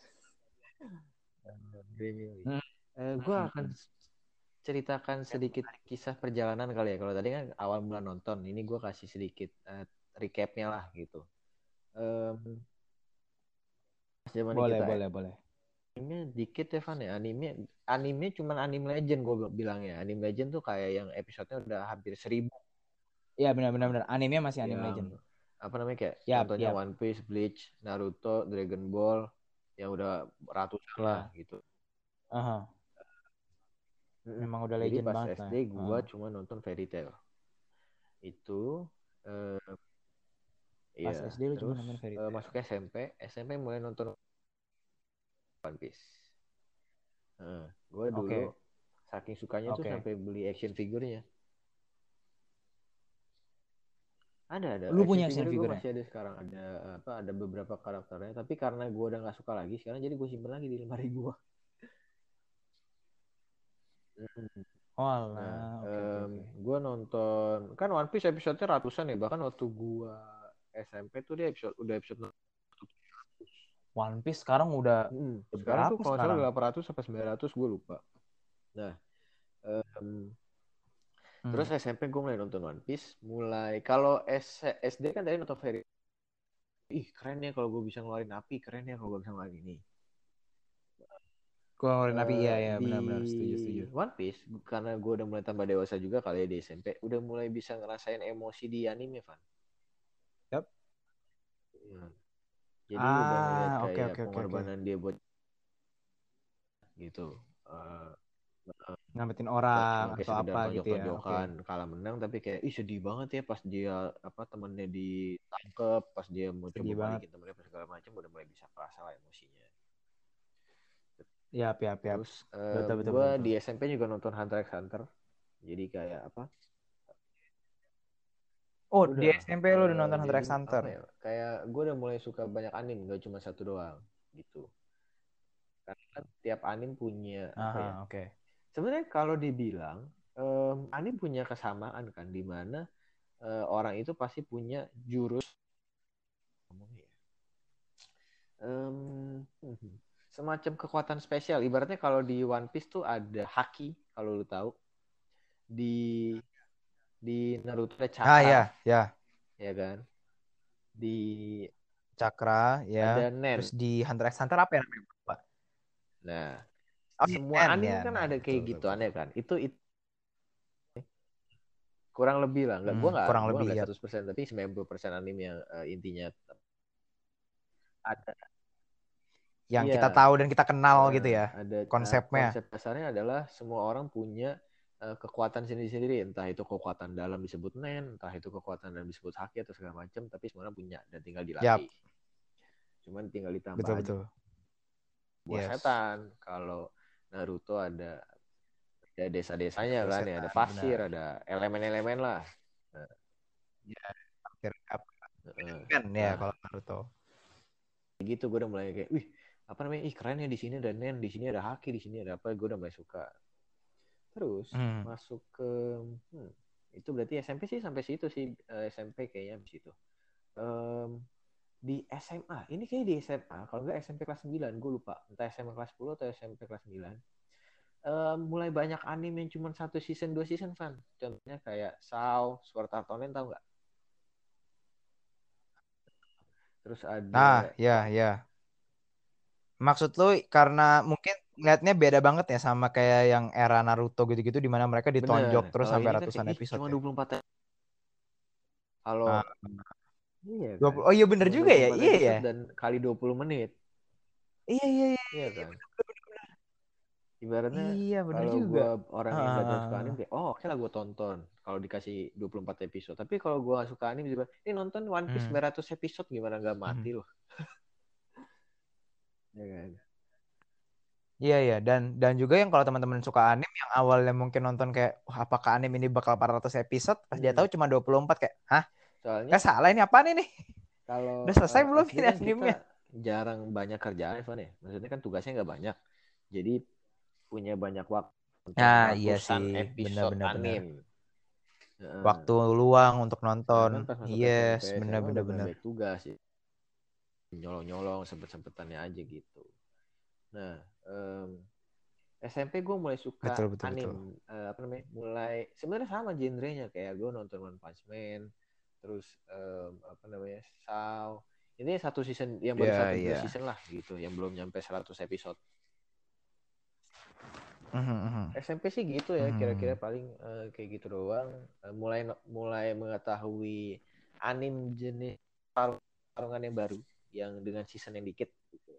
[SPEAKER 2] Gue akan ceritakan sedikit kisah perjalanan kali ya. Kalau tadi kan awal mula nonton, ini gue kasih sedikit recapnya lah gitu.
[SPEAKER 3] boleh.
[SPEAKER 2] Anime dikit ya Van ya. Anime cuman anime legend gue bilang ya. Anime legend tuh kayak yang episodenya udah hampir 1000.
[SPEAKER 3] Iya benar. Anime masih anime legend.
[SPEAKER 2] Apa namanya kayak contohnya One Piece, Bleach, Naruto, Dragon Ball yang udah ratusan lah gitu.
[SPEAKER 3] Memang udah legend banget.
[SPEAKER 2] Jadi pas SD gue cuma nonton Fairy Tail. Itu
[SPEAKER 3] pas SD lu cuma nonton Fairy Tail.
[SPEAKER 2] Masuk SMP mulai nonton One Piece. Gue dulu saking sukanya tuh sampai beli action figurnya. Ada.
[SPEAKER 3] Lu punya action
[SPEAKER 2] figure?
[SPEAKER 3] Gue
[SPEAKER 2] masih ada sekarang. Ada beberapa karakternya. Tapi karena gue udah nggak suka lagi sekarang, jadi gue simpen lagi di lemari gue. Gue nonton kan One Piece episode-nya ratusan ya. Bahkan waktu gue SMP tuh dia episode
[SPEAKER 3] One Piece sekarang udah
[SPEAKER 2] sekarang tuh kalau salah 800 sampai 900 gue lupa. Nah, terus SMP gue mulai nonton One Piece. Kalau SD kan dari nonton Fairy. Ih keren ya kalau gue bisa ngeluarin api, keren ya kalau gue bisa ngeluarin ini.
[SPEAKER 3] Gue ngeluarin api, iya benar setuju.
[SPEAKER 2] One Piece karena gue udah mulai tambah dewasa juga kali ya di SMP, udah mulai bisa ngerasain emosi di anime, Van.
[SPEAKER 3] Yap.
[SPEAKER 2] Jadi udah ngeliat kayak pengorbanan dia buat gitu.
[SPEAKER 3] Ngamatin orang atau apa gitu ya.
[SPEAKER 2] Kalah menang tapi kayak sedih banget ya pas dia temennya ditangkep, pas dia mau
[SPEAKER 3] sedih
[SPEAKER 2] coba
[SPEAKER 3] balikin
[SPEAKER 2] temennya segala macam, udah mulai bisa kerasa lah emosinya.
[SPEAKER 3] Yap.
[SPEAKER 2] Terus gue di SMP juga nonton Hunter x Hunter. Jadi kayak apa?
[SPEAKER 3] Di SMP lu udah nonton Hunter x Hunter?
[SPEAKER 2] Kayak gue udah mulai suka banyak anime, gak cuma satu doang gitu. Karena tiap anime punya sebenarnya kalau dibilang anime punya kesamaan kan, di mana orang itu pasti punya jurus semacam kekuatan spesial. Ibaratnya kalau di One Piece tuh ada haki, kalau lu tahu. Di Naruto ada chakra.
[SPEAKER 3] Ya kan.
[SPEAKER 2] Di
[SPEAKER 3] Cakra
[SPEAKER 2] ada
[SPEAKER 3] ya.
[SPEAKER 2] Nen.
[SPEAKER 3] Terus di Hunter x Hunter apa ya namanya, Pak?
[SPEAKER 2] Nah,
[SPEAKER 3] Oh iya,
[SPEAKER 2] semua
[SPEAKER 3] Nen
[SPEAKER 2] anim
[SPEAKER 3] ya,
[SPEAKER 2] kan
[SPEAKER 3] Nen.
[SPEAKER 2] ada
[SPEAKER 3] Betul,
[SPEAKER 2] kayak
[SPEAKER 3] betul, betul,
[SPEAKER 2] gituannya
[SPEAKER 3] betul.
[SPEAKER 2] kan. Itu kurang lebih lah. Enggak, gue nggak
[SPEAKER 3] Kurang
[SPEAKER 2] gue nggak
[SPEAKER 3] lebih
[SPEAKER 2] bilang
[SPEAKER 3] ya.
[SPEAKER 2] 100%, tapi 90% anim yang intinya ada.
[SPEAKER 3] Yang
[SPEAKER 2] Iya,
[SPEAKER 3] kita tahu dan kita kenal gitu ya.
[SPEAKER 2] ada
[SPEAKER 3] Konsepnya.
[SPEAKER 2] konsep dasarnya adalah semua orang punya kekuatan sendiri-sendiri, entah itu kekuatan dalam disebut nen, entah itu kekuatan dalam disebut haki atau segala macam, tapi semua orang punya dan tinggal
[SPEAKER 3] Yap,
[SPEAKER 2] dilatih. Cuman tinggal ditambah
[SPEAKER 3] betul,
[SPEAKER 2] aja
[SPEAKER 3] betul.
[SPEAKER 2] buah
[SPEAKER 3] Yes.
[SPEAKER 2] setan. Kalau Naruto ada desa-desanya
[SPEAKER 3] Buah
[SPEAKER 2] kan ya, ada
[SPEAKER 3] setan,
[SPEAKER 2] pasir,
[SPEAKER 3] benar.
[SPEAKER 2] ada elemen-elemen lah. Nah,
[SPEAKER 3] Ya, akhir apa
[SPEAKER 2] uh,
[SPEAKER 3] kan ya
[SPEAKER 2] nah
[SPEAKER 3] kalau Naruto.
[SPEAKER 2] gitu gue udah mulai kayak, wih apa namanya, ih keren ya, di sini ada nen, di sini ada haki, di sini ada apa, gue udah mulai suka. Terus
[SPEAKER 3] Hmm.
[SPEAKER 2] masuk ke itu berarti SMP sih sampai situ sih, SMP kayaknya di situ. Um, di SMA, ini kayak di SMA, kalau nggak SMP kelas 9, gue lupa. Entah SMA kelas 10 atau SMP kelas 9. Mulai banyak anime yang cuma satu season, dua season, Van. Contohnya kayak Sao, Sword Art Online, tau nggak? Terus ada,
[SPEAKER 3] Nah, ya, ya. Maksud lu karena mungkin ngeliatnya beda banget ya sama kayak yang era Naruto gitu-gitu di mana mereka
[SPEAKER 2] bener,
[SPEAKER 3] ditonjok terus
[SPEAKER 2] kalau
[SPEAKER 3] sampai
[SPEAKER 2] ini kan kayak,
[SPEAKER 3] ratusan
[SPEAKER 2] ih
[SPEAKER 3] episode
[SPEAKER 2] cuma
[SPEAKER 3] ya.
[SPEAKER 2] 24 kalau
[SPEAKER 3] Ah,
[SPEAKER 2] iya kan,
[SPEAKER 3] 20. Oh iya bener
[SPEAKER 2] cuma
[SPEAKER 3] juga ya.
[SPEAKER 2] 24
[SPEAKER 3] Iya ya.
[SPEAKER 2] episode dan kali 20 menit.
[SPEAKER 3] Iya iya iya
[SPEAKER 2] Iya
[SPEAKER 3] iya
[SPEAKER 2] kan?
[SPEAKER 3] bener, bener.
[SPEAKER 2] Ibaratnya
[SPEAKER 3] Iya bener
[SPEAKER 2] kalau
[SPEAKER 3] juga.
[SPEAKER 2] gue orang yang gak terlalu suka
[SPEAKER 3] Ah,
[SPEAKER 2] anime kayak, oh oke lah gue tonton kalau dikasih 24 episode. Tapi kalau gue gak suka anime juga, ini nonton One Piece
[SPEAKER 3] hmm,
[SPEAKER 2] 900 episode gimana gak
[SPEAKER 3] hmm.
[SPEAKER 2] mati loh. Ya kan?
[SPEAKER 3] Iya iya dan juga yang kalau teman-teman suka anime yang awalnya mungkin nonton kayak wah apakah anime ini bakal 400 episode pas dia tahu
[SPEAKER 2] Hmm.
[SPEAKER 3] cuma 24 kayak hah
[SPEAKER 2] Soalnya
[SPEAKER 3] gak salah ini apaan ini
[SPEAKER 2] kalau
[SPEAKER 3] udah selesai belum
[SPEAKER 2] SD
[SPEAKER 3] ini
[SPEAKER 2] kan
[SPEAKER 3] animenya.
[SPEAKER 2] kita jarang banyak kerjaan, Evan ya. Maksudnya kan tugasnya nggak banyak. Jadi punya banyak waktu nonton
[SPEAKER 3] Nah iya sih
[SPEAKER 2] ratusan
[SPEAKER 3] benar
[SPEAKER 2] episode
[SPEAKER 3] benar benar
[SPEAKER 2] anime.
[SPEAKER 3] waktu
[SPEAKER 2] Heeh.
[SPEAKER 3] luang untuk nonton.
[SPEAKER 2] Sedangkan pas masuk
[SPEAKER 3] Yes
[SPEAKER 2] SMP,
[SPEAKER 3] benar
[SPEAKER 2] SMA
[SPEAKER 3] benar
[SPEAKER 2] udah mulai
[SPEAKER 3] benar
[SPEAKER 2] banyak tugas ya. Nyolong-nyolong sempet-sempetannya aja gitu. Nah, SMP gue mulai suka
[SPEAKER 3] betul betul betul.
[SPEAKER 2] anime, apa namanya, mulai sebenarnya sama genrenya kayak gue nonton One Punch Man, terus apa namanya, Sao, ini satu season yang baru
[SPEAKER 3] Ya
[SPEAKER 2] satu dua
[SPEAKER 3] ya.
[SPEAKER 2] season lah gitu, yang belum nyampe 100 episode.
[SPEAKER 3] Mhm, mhm.
[SPEAKER 2] SMP sih gitu ya, kira-kira
[SPEAKER 3] Mhm.
[SPEAKER 2] paling kayak gitu doang. Mulai mulai mengetahui anime jenis pertarungan yang baru yang dengan season yang dikit gitu.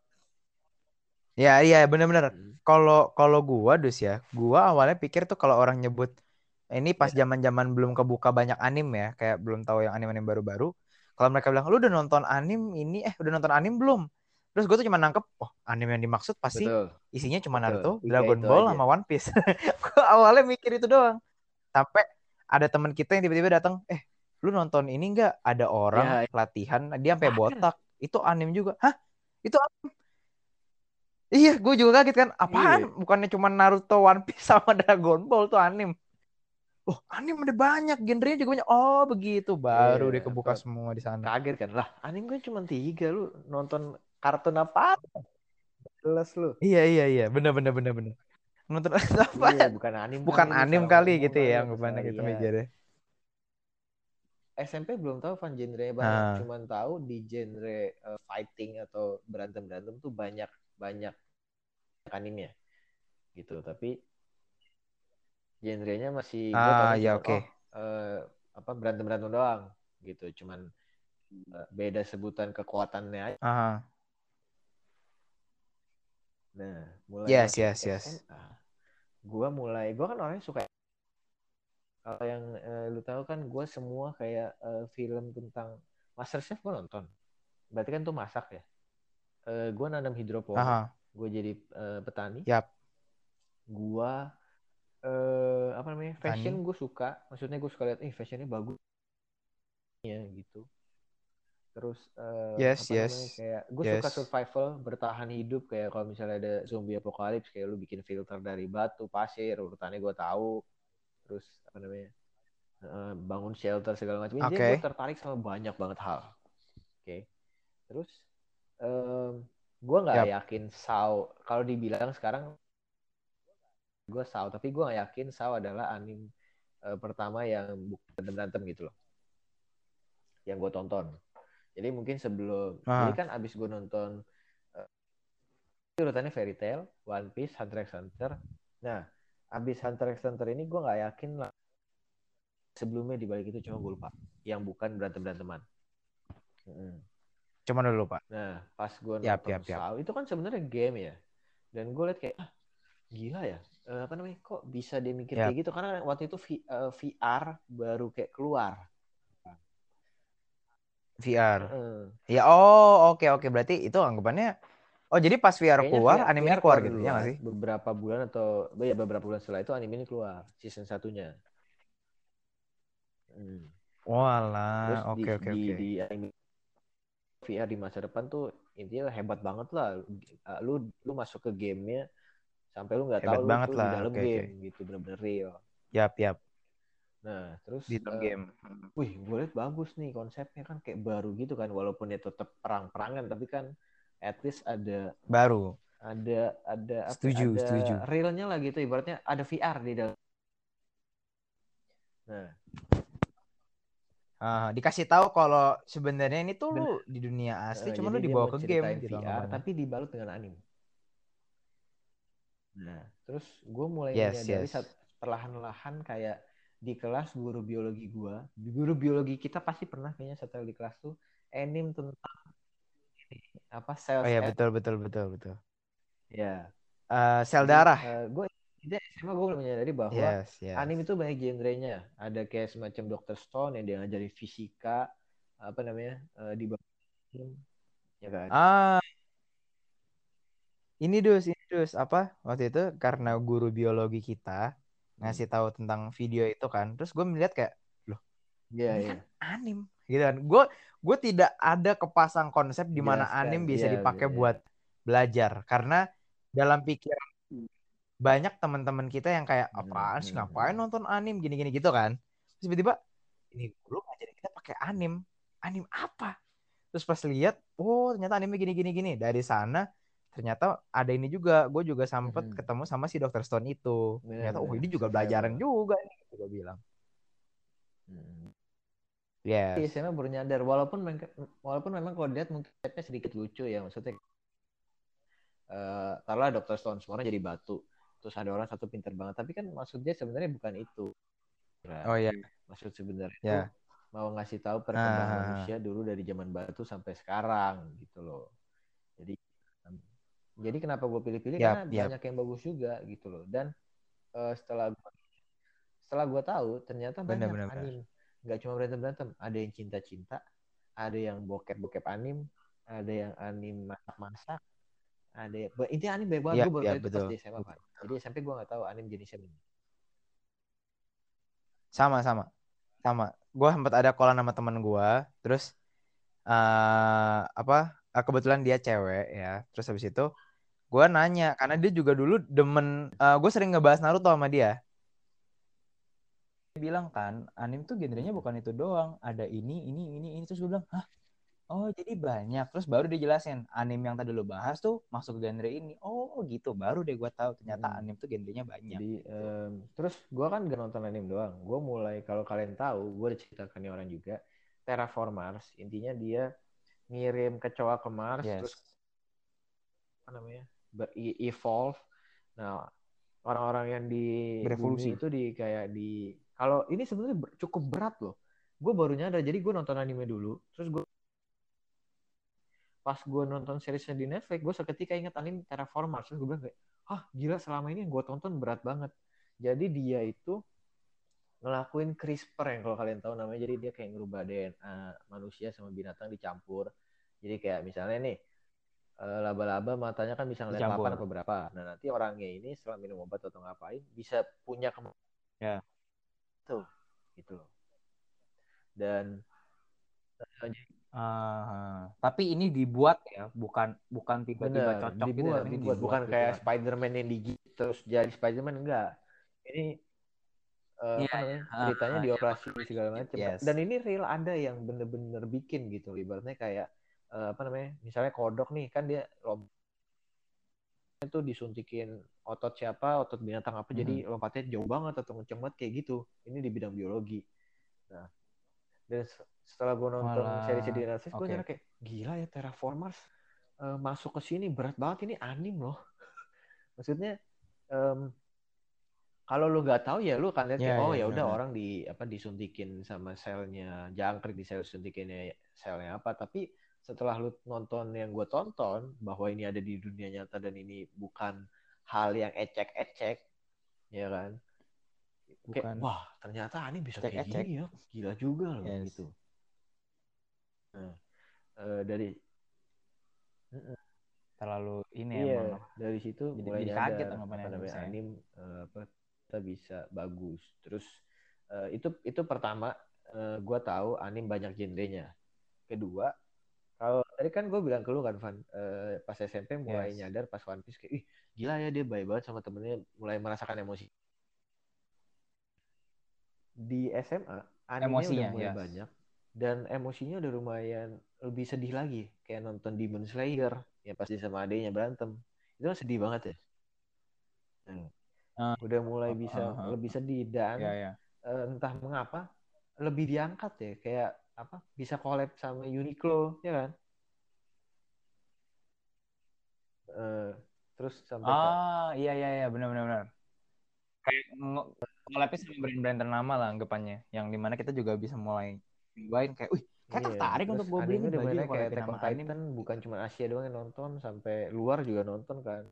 [SPEAKER 3] Ya iya benar-benar.
[SPEAKER 2] Hmm.
[SPEAKER 3] Kalau kalau gua dus ya, gua awalnya pikir tuh kalau orang nyebut ini pas
[SPEAKER 2] Ya.
[SPEAKER 3] zaman-zaman belum kebuka banyak anim ya, kayak belum tahu yang anime-anime baru-baru. Kalau mereka bilang lu udah nonton anim ini, udah nonton anim belum? Terus gue tuh cuma nangkep, oh anime yang dimaksud pasti
[SPEAKER 2] Betul,
[SPEAKER 3] isinya cuma
[SPEAKER 2] betul.
[SPEAKER 3] Naruto,
[SPEAKER 2] Tiga
[SPEAKER 3] Dragon
[SPEAKER 2] itu
[SPEAKER 3] Ball
[SPEAKER 2] aja.
[SPEAKER 3] sama One Piece. Gua awalnya mikir itu doang. Sampai ada teman kita yang tiba-tiba datang, lu nonton ini nggak? Ada orang
[SPEAKER 2] Ya,
[SPEAKER 3] latihan, dia sampai
[SPEAKER 2] bahkan
[SPEAKER 3] botak. Itu anim juga. Hah? Itu iya, gue juga kaget kan. Apaan?
[SPEAKER 2] iya.
[SPEAKER 3] Bukannya cuma Naruto, One Piece sama Dragon Ball tuh anim. Oh, anim ada banyak, genrenya juga banyak. Oh, begitu. Baru
[SPEAKER 2] Iya,
[SPEAKER 3] deh kebuka semua di sana.
[SPEAKER 2] kaget kan lah. Anime gue cuma tiga, lu nonton kartun apa? Jelas lu.
[SPEAKER 3] Iya, iya, iya. Bener, bener, bener, bener. Nonton apa?
[SPEAKER 2] Iya, bukan anime kali
[SPEAKER 3] Bukan
[SPEAKER 2] ini,
[SPEAKER 3] anim
[SPEAKER 2] salah
[SPEAKER 3] kali
[SPEAKER 2] ngomong
[SPEAKER 3] gitu ya,
[SPEAKER 2] kali apa
[SPEAKER 3] anggapannya
[SPEAKER 2] salah
[SPEAKER 3] gitu
[SPEAKER 2] lihat.
[SPEAKER 3] mikirnya.
[SPEAKER 2] SMP belum tahu fan genre banyak,
[SPEAKER 3] Nah,
[SPEAKER 2] cuman tahu di genre fighting atau berantem berantem tuh banyak banyak animenya gitu. Tapi genrenya masih gue taunya
[SPEAKER 3] ya
[SPEAKER 2] cuman
[SPEAKER 3] oke.
[SPEAKER 2] apa, berantem berantem doang gitu. Cuman beda sebutan kekuatannya aja.
[SPEAKER 3] Ah,
[SPEAKER 2] Nah, mulai
[SPEAKER 3] yes,
[SPEAKER 2] masuk
[SPEAKER 3] yes, yes.
[SPEAKER 2] SMA, gue kan orangnya suka. Kalau yang lu tahu kan, gue semua kayak film tentang MasterChef gue nonton. Berarti kan tuh masak ya. Gue nanam hidroponik.
[SPEAKER 3] Ah,
[SPEAKER 2] Gue jadi petani.
[SPEAKER 3] yap.
[SPEAKER 2] Gue apa namanya, fashion
[SPEAKER 3] Tani.
[SPEAKER 2] gue suka. Maksudnya gue suka lihat, fashionnya bagus ya gitu. Terus
[SPEAKER 3] Yes,
[SPEAKER 2] apa namanya,
[SPEAKER 3] yes,
[SPEAKER 2] kayak gue suka
[SPEAKER 3] yes.
[SPEAKER 2] survival, bertahan hidup, kayak kalau misalnya ada zombie apokalips, kayak lu bikin filter dari batu, pasir, urutannya gue tahu. Terus apa namanya, bangun shelter segala macam. Intinya gue
[SPEAKER 3] Oke.
[SPEAKER 2] tertarik sama banyak banget hal. Oke. Terus gue nggak
[SPEAKER 3] Yap.
[SPEAKER 2] yakin Sao, kalau dibilang sekarang gue Sao, tapi gue nggak yakin Sao adalah anime pertama yang berantem berantem gitu loh, yang gue tonton. Jadi mungkin sebelum, jadi
[SPEAKER 3] Ah,
[SPEAKER 2] kan abis gue nonton urutannya Fairy Tail, One Piece, Hunter x Hunter. Nah, abis Hunter x Hunter ini gue nggak yakin lah sebelumnya di balik itu, cuma gue lupa. Yang bukan berantem-beranteman.
[SPEAKER 3] cuman dulu Pak.
[SPEAKER 2] Nah, pas gue
[SPEAKER 3] Yap,
[SPEAKER 2] nonton
[SPEAKER 3] yap, yap.
[SPEAKER 2] Saw, itu kan sebenarnya game ya. Dan gue liat kayak, gila ya. Apa namanya, kok bisa dia mikir
[SPEAKER 3] Yap,
[SPEAKER 2] kayak gitu? Karena waktu itu VR baru kayak keluar.
[SPEAKER 3] VR.
[SPEAKER 2] Heeh.
[SPEAKER 3] Ya, oh, oke, oke. Berarti itu anggapannya, oh jadi pas VR
[SPEAKER 2] Kayaknya
[SPEAKER 3] keluar, anime ini
[SPEAKER 2] VR
[SPEAKER 3] keluar
[SPEAKER 2] keluar
[SPEAKER 3] gitu, ya nggak
[SPEAKER 2] duluan,
[SPEAKER 3] sih?
[SPEAKER 2] beberapa bulan atau ya beberapa bulan setelah itu anime ini keluar, season satunya. Hmm. Terus
[SPEAKER 3] Walah,
[SPEAKER 2] di
[SPEAKER 3] oke, oke,
[SPEAKER 2] di
[SPEAKER 3] oke.
[SPEAKER 2] di anime VR di masa depan tuh intinya hebat banget lah. Lu masuk ke gamenya sampai lu nggak tahu
[SPEAKER 3] Hebat
[SPEAKER 2] lu
[SPEAKER 3] banget
[SPEAKER 2] tuh di
[SPEAKER 3] lah,
[SPEAKER 2] dalam
[SPEAKER 3] oke, oke.
[SPEAKER 2] game gitu, bener-bener real.
[SPEAKER 3] Yap, yap.
[SPEAKER 2] Nah, terus
[SPEAKER 3] Di dalam game.
[SPEAKER 2] wih, gue liat bagus nih konsepnya kan kayak baru gitu kan, walaupun ya tetap perang-perangan tapi kan at least ada
[SPEAKER 3] Baru.
[SPEAKER 2] apa ya,
[SPEAKER 3] Setuju,
[SPEAKER 2] ada
[SPEAKER 3] setuju.
[SPEAKER 2] realnya lah gitu, ibaratnya ada VR di dalam. Nah,
[SPEAKER 3] Dikasih tahu kalau sebenarnya ini tuh lu
[SPEAKER 2] bener.
[SPEAKER 3] di dunia asli, cuman
[SPEAKER 2] Jadi
[SPEAKER 3] lu
[SPEAKER 2] dia
[SPEAKER 3] dibawa
[SPEAKER 2] mau
[SPEAKER 3] ke game
[SPEAKER 2] ceritain
[SPEAKER 3] gitu
[SPEAKER 2] VR
[SPEAKER 3] anggapannya.
[SPEAKER 2] tapi dibalut dengan anime. Nah, terus gue mulai
[SPEAKER 3] Yes,
[SPEAKER 2] menyadari
[SPEAKER 3] yes.
[SPEAKER 2] perlahan-lahan kayak di kelas guru biologi kita pasti pernah kayaknya setelah di kelas tuh anime tentang apa
[SPEAKER 3] Oh
[SPEAKER 2] cells
[SPEAKER 3] ya,
[SPEAKER 2] and
[SPEAKER 3] betul, betul, betul, betul.
[SPEAKER 2] ya.
[SPEAKER 3] Sel
[SPEAKER 2] Jadi
[SPEAKER 3] darah.
[SPEAKER 2] gue SMA gue mulai menyadari bahwa
[SPEAKER 3] Yes, yes.
[SPEAKER 2] anime itu banyak genrenya. Ada kayak semacam Dr. Stone yang dia ngajarin fisika, apa namanya, di bawah, ya kan.
[SPEAKER 3] Ah, ini dus apa? Waktu itu karena guru biologi kita
[SPEAKER 2] Hmm.
[SPEAKER 3] ngasih tahu tentang video itu kan, terus gue melihat kayak, loh,
[SPEAKER 2] Iya,
[SPEAKER 3] ini kan
[SPEAKER 2] iya.
[SPEAKER 3] anim, gitu kan. Gue tidak ada kepasang konsep di mana
[SPEAKER 2] Jelaskan.
[SPEAKER 3] anim bisa
[SPEAKER 2] Iya,
[SPEAKER 3] dipakai
[SPEAKER 2] iya.
[SPEAKER 3] buat belajar, karena dalam pikiran banyak teman-teman kita yang kayak
[SPEAKER 2] Hmm,
[SPEAKER 3] apaan sih,
[SPEAKER 2] hmm,
[SPEAKER 3] ngapain
[SPEAKER 2] hmm.
[SPEAKER 3] nonton anim gini-gini gitu kan. Terus tiba-tiba ini guru ngajarin kita pakai anim. Anim apa? Terus pas lihat, oh ternyata anime gini-gini gini. Dari sana ternyata ada ini juga. Gue juga sempet
[SPEAKER 2] Hmm.
[SPEAKER 3] ketemu sama si Dr. Stone itu. Ternyata oh
[SPEAKER 2] Benar-benar
[SPEAKER 3] ini juga belajaran
[SPEAKER 2] survival.
[SPEAKER 3] juga nih. Gue bilang.
[SPEAKER 2] Hmm. Di
[SPEAKER 3] Yes.
[SPEAKER 2] SMA baru nyadar, walaupun memang kalau dilihat mungkin konsepnya sedikit lucu ya, maksudnya taruhlah Dr. Stone semuanya jadi batu, terus ada orang satu pintar banget, tapi kan maksudnya sebenarnya bukan itu.
[SPEAKER 3] Oh ya.
[SPEAKER 2] Maksud sebenarnya itu
[SPEAKER 3] Ya.
[SPEAKER 2] mau ngasih tahu perkembangan
[SPEAKER 3] Ah,
[SPEAKER 2] manusia dulu dari zaman batu sampai sekarang gitu loh. Jadi jadi kenapa gue pilih-pilih karena
[SPEAKER 3] yap, yap.
[SPEAKER 2] banyak yang bagus juga gitu loh. Dan setelah gue tahu ternyata banyak
[SPEAKER 3] Benar-benar.
[SPEAKER 2] anim, nggak cuma berantem-berantem, ada yang cinta-cinta, ada yang bokep-bokep anim, ada yang anim masak-masak, ada yang intinya anim banyak banget.
[SPEAKER 3] Yap,
[SPEAKER 2] Gue baru
[SPEAKER 3] yap,
[SPEAKER 2] tahu itu pas
[SPEAKER 3] betul.
[SPEAKER 2] di SMA kan, jadi SMP gue nggak tahu anim jenisnya ini.
[SPEAKER 3] Sama-sama. Sama. Gue sempat ada call sama teman gue. Terus apa? Kebetulan dia cewek ya. Terus habis itu gue nanya karena dia juga dulu demen. Gue sering ngebahas Naruto sama dia. Dia bilang kan, anime tuh genrenya bukan itu doang. Ada ini. Terus gue bilang, hah? Oh jadi banyak. Terus baru dia jelasin, anime yang tadi lo bahas tuh masuk ke genre ini. Oh gitu. Baru deh gue tahu ternyata
[SPEAKER 2] Hmm.
[SPEAKER 3] anime tuh genrenya banyak.
[SPEAKER 2] Jadi
[SPEAKER 3] Gitu.
[SPEAKER 2] terus gue kan gak nonton anime doang. Gue mulai, kalau kalian tahu, gue udah ceritakan nih orang juga. Terraform Mars, intinya dia ngirim kecoa ke Mars, terus
[SPEAKER 3] Yes.
[SPEAKER 2] apa namanya, evolve. Nah, orang-orang yang di bumi
[SPEAKER 3] Berevolusi.
[SPEAKER 2] itu di kayak di, kalau ini sebenarnya cukup berat loh. Gue baru nyadar. Jadi gue nonton anime dulu, terus gue pas gue nonton seriesnya di Netflix, gue seketika ingat anime Terraform Mars. Terus gue bilang kayak, ah gila, selama ini yang gue tonton berat banget. Jadi dia itu ngelakuin CRISPR, yang kalau kalian tahu namanya. Jadi dia kayak ngerubah DNA manusia sama binatang dicampur. Jadi kayak misalnya nih, laba-laba matanya kan bisa ngeliat 8
[SPEAKER 3] Dicampur.
[SPEAKER 2] apa berapa. Nah nanti orangnya ini setelah minum obat atau ngapain bisa punya kemampuan
[SPEAKER 3] Ya.
[SPEAKER 2] itu gitu loh. Dan
[SPEAKER 3] Tapi ini dibuat ya, bukan bukan tiba-tiba
[SPEAKER 2] bener
[SPEAKER 3] cocok gitu ya,
[SPEAKER 2] dibuat
[SPEAKER 3] tapi ini
[SPEAKER 2] dibuat
[SPEAKER 3] dibuat
[SPEAKER 2] bukan
[SPEAKER 3] gitu
[SPEAKER 2] kayak
[SPEAKER 3] kan.
[SPEAKER 2] Spider-Man yang digigit terus jadi Spider-Man, enggak. Ini
[SPEAKER 3] Iya,
[SPEAKER 2] apa
[SPEAKER 3] iya.
[SPEAKER 2] namanya, ceritanya
[SPEAKER 3] Ya
[SPEAKER 2] dioperasi
[SPEAKER 3] pakai magic
[SPEAKER 2] segala
[SPEAKER 3] gitu.
[SPEAKER 2] macam,
[SPEAKER 3] Yes.
[SPEAKER 2] dan ini real ada yang bener-bener bikin gitu. Ibaratnya kayak apa namanya, misalnya kodok nih kan dia itu disuntikin otot siapa, otot binatang apa, jadi
[SPEAKER 3] Mhm.
[SPEAKER 2] lompatnya jauh banget atau kenceng banget kayak gitu. Ini di bidang biologi. Nah Dan setelah gue nonton seri di
[SPEAKER 3] Walah,
[SPEAKER 2] Netflix, gue
[SPEAKER 3] oke.
[SPEAKER 2] nyadar kayak gila ya Terraformers masuk ke sini berat banget, ini anim loh. Maksudnya kalau lu nggak tahu ya lu akan lihat kayak
[SPEAKER 3] Ya
[SPEAKER 2] ya udah
[SPEAKER 3] benar-benar.
[SPEAKER 2] orang disuntikin sama selnya jangkrik, suntikinnya selnya apa. Tapi setelah lu nonton yang gue tonton bahwa ini ada di dunia nyata dan ini bukan hal yang ecek-ecek, ya kan? Kayak
[SPEAKER 3] Bukan
[SPEAKER 2] wah ternyata anime bisa kayak
[SPEAKER 3] cek-cek.
[SPEAKER 2] gini ya, gila juga loh
[SPEAKER 3] Yes.
[SPEAKER 2] gitu. Nah, dari
[SPEAKER 3] Terlalu ini
[SPEAKER 2] iya,
[SPEAKER 3] emang apa?
[SPEAKER 2] dari situ mulai
[SPEAKER 3] Jadi kaget
[SPEAKER 2] nyadar apa
[SPEAKER 3] anggapannya
[SPEAKER 2] namanya
[SPEAKER 3] saya.
[SPEAKER 2] anim apa kita bisa bagus. Terus itu pertama gue tahu anim banyak genrenya. Kedua, kalau tadi kan gue bilang ke lu kan Van, pas SMP mulai
[SPEAKER 3] Yes.
[SPEAKER 2] nyadar pas One Piece kayak ih gila ya dia baik banget sama temennya, mulai merasakan emosi. Di SMA animenya udah
[SPEAKER 3] Emosinya,
[SPEAKER 2] mulai
[SPEAKER 3] yes.
[SPEAKER 2] banyak dan emosinya udah lumayan lebih sedih lagi kayak nonton Demon Slayer ya pasti sama adenya berantem itu kan sedih banget ya.
[SPEAKER 3] Uh,
[SPEAKER 2] Udah mulai bisa lebih sedih dan
[SPEAKER 3] Ya, ya.
[SPEAKER 2] entah mengapa lebih diangkat ya kayak apa bisa collab sama Uniqlo ya kan. Eh, terus sampai ke
[SPEAKER 3] Iya, iya, iya, benar-benar. Kayak collab sama brand-brand ternama lah anggapannya. Yang dimana kita juga bisa mulai nyobain kayak, wih, kayak
[SPEAKER 2] iya
[SPEAKER 3] tertarik
[SPEAKER 2] terus
[SPEAKER 3] untuk gue beli
[SPEAKER 2] anime
[SPEAKER 3] nih
[SPEAKER 2] udah
[SPEAKER 3] baju
[SPEAKER 2] mulai
[SPEAKER 3] yang
[SPEAKER 2] naik kayak
[SPEAKER 3] collabin
[SPEAKER 2] Attack
[SPEAKER 3] sama
[SPEAKER 2] on
[SPEAKER 3] anim.
[SPEAKER 2] Titan bukan cuma Asia doang yang nonton sampai luar juga nonton kan.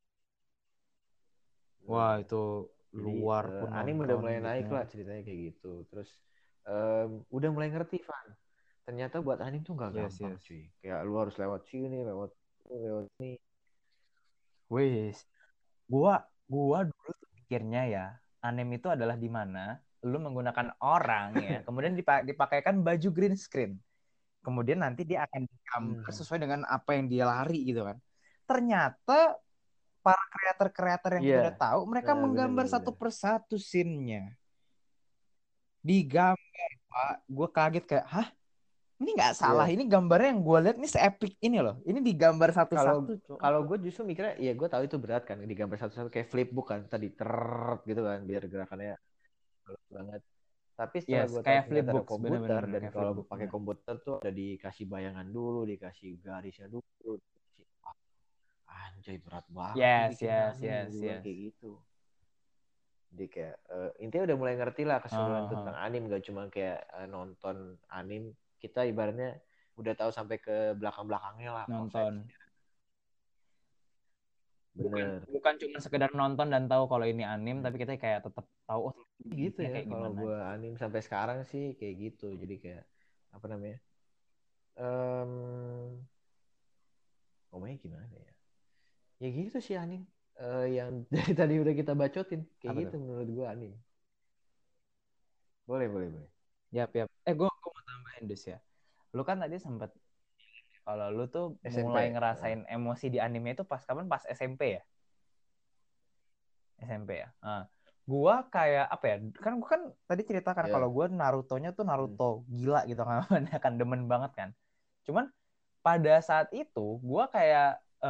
[SPEAKER 3] Wah,
[SPEAKER 2] Nah,
[SPEAKER 3] itu
[SPEAKER 2] jadi
[SPEAKER 3] luar pun
[SPEAKER 2] anime udah
[SPEAKER 3] nonton
[SPEAKER 2] mulai
[SPEAKER 3] gitu.
[SPEAKER 2] naik lah ceritanya kayak gitu. Terus udah mulai ngerti Van. Ternyata buat anime tuh nggak
[SPEAKER 3] Yes,
[SPEAKER 2] gampang
[SPEAKER 3] yes.
[SPEAKER 2] cuy. Kayak lu harus lewat sini, lewat ini, lewat ini.
[SPEAKER 3] Wis, gua dulu tuh pikirnya ya, anime itu adalah di mana lu menggunakan orang ya, kemudian dipakaikan baju green screen. Kemudian nanti dia akan digambar
[SPEAKER 2] Hmm.
[SPEAKER 3] sesuai dengan apa yang dia lari gitu kan. Ternyata para kreator-kreator yang kita
[SPEAKER 2] Iya.
[SPEAKER 3] udah tahu, mereka
[SPEAKER 2] Nah, bener
[SPEAKER 3] menggambar
[SPEAKER 2] bener
[SPEAKER 3] satu
[SPEAKER 2] bener.
[SPEAKER 3] persatu scene-nya. Digambar, Pak. Gue kaget kayak, hah? Ini nggak salah.
[SPEAKER 2] Iya.
[SPEAKER 3] Ini gambarnya yang gue lihat ini se-epic ini loh. Ini digambar
[SPEAKER 2] Kalau
[SPEAKER 3] satu-satu, Cok.
[SPEAKER 2] kalau gue justru mikirnya, ya gue tahu itu berat kan, digambar satu-satu kayak flipbook kan, tadi ter gitu kan, biar gerakannya bagus banget. Tapi setelah
[SPEAKER 3] Yes,
[SPEAKER 2] gue tahu
[SPEAKER 3] kayak
[SPEAKER 2] ternyata ada
[SPEAKER 3] flipbooks,
[SPEAKER 2] komputer
[SPEAKER 3] bener-bener
[SPEAKER 2] dan
[SPEAKER 3] kayak
[SPEAKER 2] kalau
[SPEAKER 3] flipbook,
[SPEAKER 2] pakai
[SPEAKER 3] bener.
[SPEAKER 2] komputer tuh ada dikasih bayangan dulu, dikasih garisnya dulu. Anjay berat banget nih
[SPEAKER 3] Yes,
[SPEAKER 2] bikin
[SPEAKER 3] yes,
[SPEAKER 2] anime,
[SPEAKER 3] yes,
[SPEAKER 2] gue bilang
[SPEAKER 3] yes.
[SPEAKER 2] kayak gitu. Jadi kayak intinya udah mulai ngerti lah keseluruhan tentang
[SPEAKER 3] Aha,
[SPEAKER 2] anime, gak cuma kayak nonton anime. Kita ibaratnya udah tahu sampai ke belakang-belakangnya lah
[SPEAKER 3] nonton.
[SPEAKER 2] prosesnya.
[SPEAKER 3] Bukan
[SPEAKER 2] Bener.
[SPEAKER 3] bukan cuma sekedar nonton dan tahu kalau ini anime,
[SPEAKER 2] Hmm.
[SPEAKER 3] tapi kita kayak tetap tahu oh
[SPEAKER 2] Gitu
[SPEAKER 3] ini
[SPEAKER 2] ya
[SPEAKER 3] kayak
[SPEAKER 2] kalau
[SPEAKER 3] gimana
[SPEAKER 2] gue
[SPEAKER 3] gitu.
[SPEAKER 2] anime sampai sekarang sih kayak gitu. Jadi kayak apa namanya? Em, ngomongnya gimana ya? Ya gitu sih anime. Yang dari tadi udah kita bacotin kayak
[SPEAKER 3] Apa
[SPEAKER 2] gitu
[SPEAKER 3] tuh?
[SPEAKER 2] menurut gue anime. Boleh boleh boleh.
[SPEAKER 3] Yap, yap. Gue mau tambahin dus ya. Lu kan tadi sempat kalau lu tuh mulai
[SPEAKER 2] SMP.
[SPEAKER 3] ngerasain emosi di anime itu pas kapan? Pas SMP ya? SMP ya. Nah, gua kayak apa ya? Kan gua kan tadi ceritakan kalau
[SPEAKER 2] Ya.
[SPEAKER 3] gua Naruto-nya tuh
[SPEAKER 2] Hmm.
[SPEAKER 3] Naruto gila gitu kan, kan demen banget kan. Cuman pada saat itu gua kayak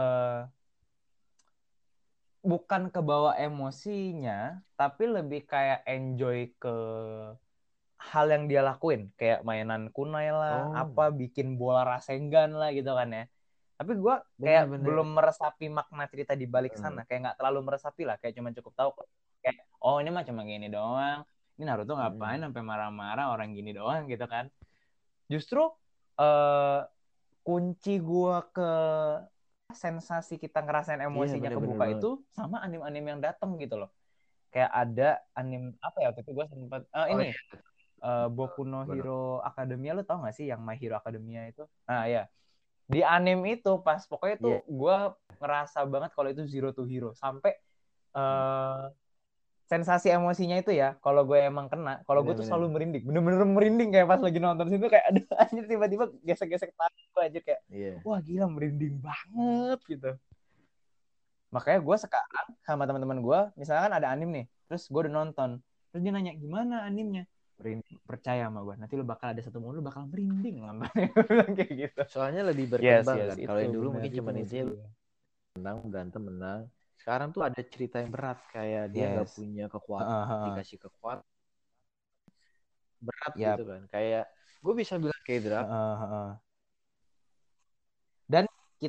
[SPEAKER 3] bukan ke bawah emosinya, tapi lebih kayak enjoy ke hal yang dia lakuin, kayak mainan kunai lah,
[SPEAKER 2] Oh,
[SPEAKER 3] apa bikin bola Rasengan lah gitu kan ya. Tapi gue kayak
[SPEAKER 2] bener-bener.
[SPEAKER 3] belum meresapi makna cerita di balik sana, kayak nggak terlalu meresapi lah, kayak cuma cukup tahu kayak oh ini mah cuma gini doang, ini Naruto ngapain sampai marah-marah orang gini doang gitu kan. Justru eh, kunci gue ke sensasi kita ngerasain
[SPEAKER 2] Iya
[SPEAKER 3] emosinya
[SPEAKER 2] bener-bener
[SPEAKER 3] kebuka
[SPEAKER 2] banget.
[SPEAKER 3] itu sama anime-anime yang datang gitu loh. Kayak ada anime apa ya waktu itu gue sempet
[SPEAKER 2] Oh
[SPEAKER 3] ini
[SPEAKER 2] iya.
[SPEAKER 3] Boku no
[SPEAKER 2] Gua nonton.
[SPEAKER 3] Hero Academia, lu tau gak sih yang My Hero Academia itu? Nah ya, di anime itu pas pokoknya tuh
[SPEAKER 2] Iya.
[SPEAKER 3] gue ngerasa banget kalau itu Zero to Hero sampai eh, sensasi emosinya itu ya kalau gue emang kena, kalau gue tuh
[SPEAKER 2] Bener-bener.
[SPEAKER 3] selalu merinding, bener-bener merinding kayak pas lagi nonton situ kayak aduh anjir tiba-tiba gesek-gesek tangan gue anjir kayak
[SPEAKER 2] Iya.
[SPEAKER 3] wah gila merinding banget gitu. Makanya gue sekarang sama teman-teman gue misalkan ada anime nih, terus gue udah nonton, terus dia nanya gimana animenya, percaya sama gue nanti lu bakal ada satu momen lu bakal merinding nontonnya. Bilang kayak gitu.
[SPEAKER 2] Soalnya lebih
[SPEAKER 3] Yes,
[SPEAKER 2] berkembang
[SPEAKER 3] yes,
[SPEAKER 2] kan. Kalau
[SPEAKER 3] itu
[SPEAKER 2] yang dulu
[SPEAKER 3] benar
[SPEAKER 2] mungkin
[SPEAKER 3] itu
[SPEAKER 2] cuma
[SPEAKER 3] maksud
[SPEAKER 2] intinya
[SPEAKER 3] gue.
[SPEAKER 2] menang berantem menang. Sekarang tuh ada cerita yang berat kayak dia nggak
[SPEAKER 3] Yes.
[SPEAKER 2] punya kekuatan,
[SPEAKER 3] Heeh, heeh.
[SPEAKER 2] dikasih kekuatan berat gitu
[SPEAKER 3] Yap.
[SPEAKER 2] kan. Kayak gue bisa bilang K-drama.
[SPEAKER 3] Dan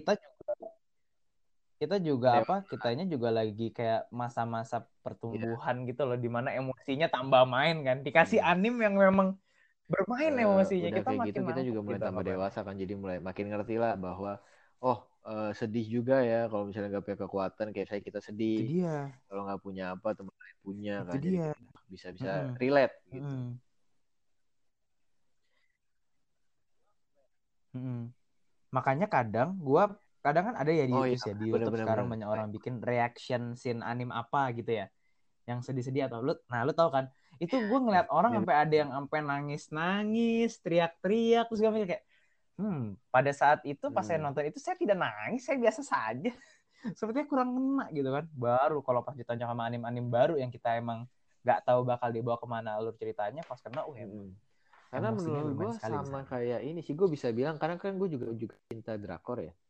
[SPEAKER 3] kita juga
[SPEAKER 2] Dewasa.
[SPEAKER 3] kitanya juga lagi kayak masa-masa pertumbuhan gitu loh, dimana emosinya tambah main kan, dikasih anim yang memang bermain emosinya,
[SPEAKER 2] Udah
[SPEAKER 3] kita
[SPEAKER 2] kayak gitu
[SPEAKER 3] makin
[SPEAKER 2] kita juga
[SPEAKER 3] nangkep
[SPEAKER 2] mulai
[SPEAKER 3] gitu
[SPEAKER 2] tambah
[SPEAKER 3] anggapannya.
[SPEAKER 2] dewasa kan, jadi mulai makin ngerti lah bahwa sedih juga ya kalau misalnya nggak punya kekuatan, kayak saya kita
[SPEAKER 3] Itu
[SPEAKER 2] sedih
[SPEAKER 3] dia,
[SPEAKER 2] kalau nggak punya apa teman lain punya
[SPEAKER 3] itu
[SPEAKER 2] kan, jadi
[SPEAKER 3] dia.
[SPEAKER 2] kita bisa
[SPEAKER 3] Mm-mm.
[SPEAKER 2] relate gitu.
[SPEAKER 3] Mm-mm. Mm-mm. Makanya kadang kan ada ya di
[SPEAKER 2] Oh
[SPEAKER 3] YouTube
[SPEAKER 2] iya,
[SPEAKER 3] ya, di YouTube
[SPEAKER 2] benar-benar
[SPEAKER 3] sekarang
[SPEAKER 2] benar.
[SPEAKER 3] banyak orang bikin reaction scene anim apa gitu ya, yang sedih-sedih atau lu tahu kan, itu gue ngeliat orang sampai ada yang sampai nangis-nangis, teriak-teriak, terus gue mikir kayak pada saat itu pas saya nonton itu saya tidak nangis, saya biasa saja. Sepertinya kurang ngena gitu kan. Baru kalau pas ditanya sama anim-anim baru yang kita emang nggak tahu bakal dibawa kemana alur ceritanya, pas kena emang
[SPEAKER 2] Karena
[SPEAKER 3] emosinya
[SPEAKER 2] menurut
[SPEAKER 3] bermain
[SPEAKER 2] gue
[SPEAKER 3] sekali di
[SPEAKER 2] sama
[SPEAKER 3] sana.
[SPEAKER 2] kayak ini sih, gue bisa bilang karena kan gue juga cinta drakor ya.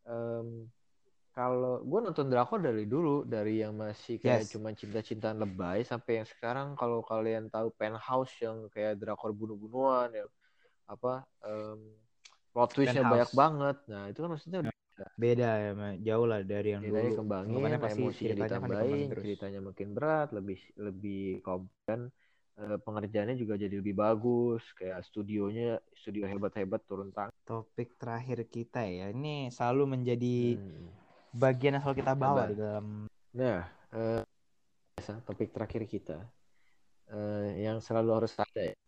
[SPEAKER 2] Kalau gue nonton drakor dari dulu, dari yang masih kayak
[SPEAKER 3] Yes.
[SPEAKER 2] cuma cinta-cintaan lebay sampai yang sekarang, kalau kalian tahu Penthouse yang kayak drakor bunuh-bunuhan yang apa plot twistnya banyak
[SPEAKER 3] Penthouse.
[SPEAKER 2] banget. Nah itu kan maksudnya
[SPEAKER 3] Beda ya, jauh lah dari yang
[SPEAKER 2] ceritanya
[SPEAKER 3] dulu.
[SPEAKER 2] kembangin,
[SPEAKER 3] Anggapannya pasti
[SPEAKER 2] emosinya
[SPEAKER 3] ceritanya akan dikembangin
[SPEAKER 2] ditambahin,
[SPEAKER 3] terus.
[SPEAKER 2] ceritanya makin berat, lebih lebih kompleks, dan pengerjaannya juga jadi lebih bagus. Kayak studio hebat-hebat turun tangan.
[SPEAKER 3] Topik terakhir kita ya, ini selalu menjadi
[SPEAKER 2] Hmm.
[SPEAKER 3] bagian yang selalu kita bawa
[SPEAKER 2] Apa?
[SPEAKER 3] di dalam.
[SPEAKER 2] Nah, topik terakhir kita yang selalu harus ada ya.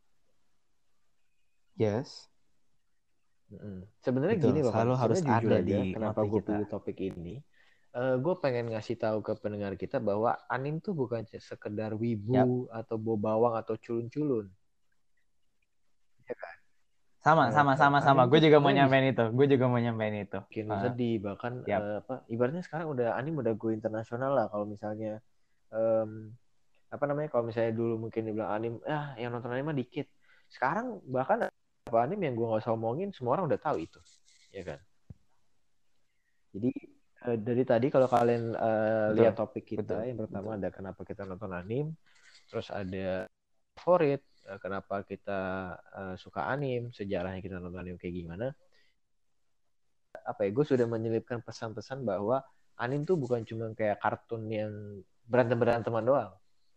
[SPEAKER 3] Yes.
[SPEAKER 2] Sebenarnya
[SPEAKER 3] Betul,
[SPEAKER 2] gini loh kan,
[SPEAKER 3] selalu harus
[SPEAKER 2] sebenarnya jujur
[SPEAKER 3] ada
[SPEAKER 2] aja,
[SPEAKER 3] di
[SPEAKER 2] kenapa
[SPEAKER 3] mata
[SPEAKER 2] gue
[SPEAKER 3] kita.
[SPEAKER 2] pilih topik ini? Gue pengen ngasih tahu ke pendengar kita bahwa anim tuh bukan sekedar
[SPEAKER 3] Yap.
[SPEAKER 2] wibu atau bawang atau culun-culun. Ya kan?
[SPEAKER 3] Sama.
[SPEAKER 2] Anim
[SPEAKER 3] Gue
[SPEAKER 2] tuh
[SPEAKER 3] juga mau
[SPEAKER 2] sebenarnya bisa
[SPEAKER 3] nyampein itu. Gue juga mau nyampein itu.
[SPEAKER 2] bikin lu sedih, bahkan
[SPEAKER 3] Yap.
[SPEAKER 2] ibaratnya sekarang udah anim udah go internasional lah. Kalau misalnya em, apa namanya, kalau misalnya dulu mungkin dibilang anim yang nonton anim mah dikit, sekarang bahkan apa anim yang gue nggak usah omongin semua orang udah tahu itu, ya kan. Jadi dari tadi kalau kalian
[SPEAKER 3] Betul.
[SPEAKER 2] lihat topik kita,
[SPEAKER 3] Betul.
[SPEAKER 2] yang pertama
[SPEAKER 3] Betul.
[SPEAKER 2] ada kenapa kita nonton anim, terus ada favorit, kenapa kita suka anim, sejarahnya kita nonton anim kayak gimana. Apa ya, gue sudah menyelipkan pesan-pesan bahwa anim tuh bukan cuma kayak kartun yang berantem-beranteman doang.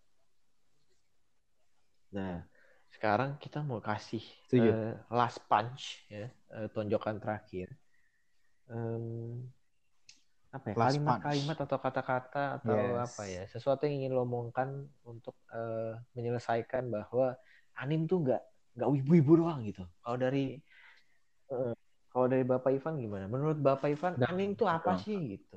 [SPEAKER 2] Nah, sekarang kita mau kasih
[SPEAKER 3] Setuju.
[SPEAKER 2] last punch ya, tonjokan terakhir. Apa ya,
[SPEAKER 3] Last
[SPEAKER 2] kalimat-kalimat
[SPEAKER 3] punch.
[SPEAKER 2] atau kata-kata atau apa
[SPEAKER 3] Yes.
[SPEAKER 2] ya, sesuatu yang ingin lo omongkan untuk menyelesaikan bahwa anim tuh nggak wibu-wibu doang gitu. Eh, kalau dari Bapak Ivan gimana? Menurut Bapak Ivan
[SPEAKER 3] Dan
[SPEAKER 2] anim tuh apa
[SPEAKER 3] doang.
[SPEAKER 2] sih gitu?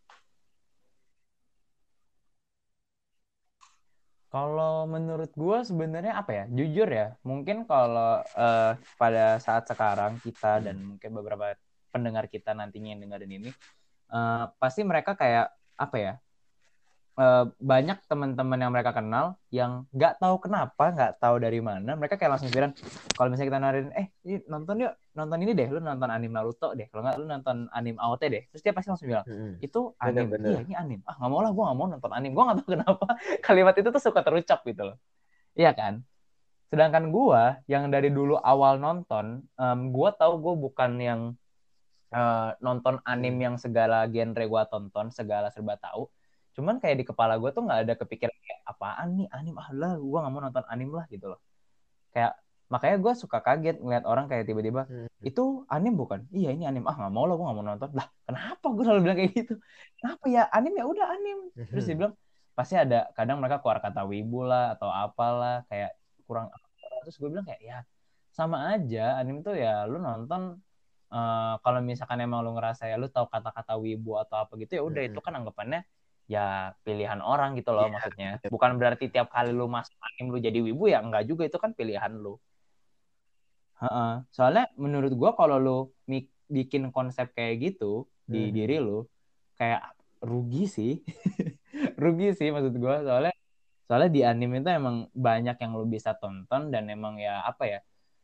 [SPEAKER 3] Kalau menurut gue sebenarnya apa ya? Jujur ya, mungkin kalau pada saat sekarang kita dan mungkin beberapa pendengar kita nantinya yang dengerin ini, pasti mereka kayak apa ya? Banyak teman-teman yang mereka kenal yang nggak tahu kenapa, nggak tahu dari mana, mereka kayak langsung bilang kalau misalnya kita nawarin ini nonton ini deh, lu nonton anime Naruto deh, kalau nggak lu nonton anime AOT deh, terus dia pasti langsung bilang itu anime, iya
[SPEAKER 2] Bener-bener.
[SPEAKER 3] ini anime, nggak mau lah, gue nggak mau nonton anime, gue nggak tahu kenapa kalimat itu tuh suka terucap gitu loh, iya kan. Sedangkan gue yang dari dulu awal nonton, gue tahu gue bukan yang nonton anime yang segala genre gue tonton, segala serba tahu. Cuman kayak di kepala gue tuh nggak ada kepikiran kayak apaan nih anime, lah gue nggak mau nonton anime lah gitu loh. Kayak makanya gue suka kaget ngeliat orang kayak tiba-tiba itu anime bukan? Iya ini anime, nggak mau lah, gue nggak mau nonton. Lah kenapa gue selalu bilang kayak gitu? Kenapa ya anime, ya udah anime. Terus dia bilang pasti ada, kadang mereka keluar kata wibu lah atau apalah kayak kurang apa. Terus gue bilang kayak ya sama aja, anime tuh ya lu nonton. Kalau misalkan emang lu ngerasa ya lu tahu kata-kata wibu atau apa gitu, ya udah itu kan anggapannya ya pilihan orang gitu loh, maksudnya bukan berarti tiap kali lu masuk anime lu jadi wibu, ya enggak juga, itu kan pilihan lu. Soalnya menurut gua kalau lu bikin konsep kayak gitu di diri lu, kayak rugi sih. Rugi sih maksud gua, soalnya di anime itu emang banyak yang lu bisa tonton dan emang ya apa ya,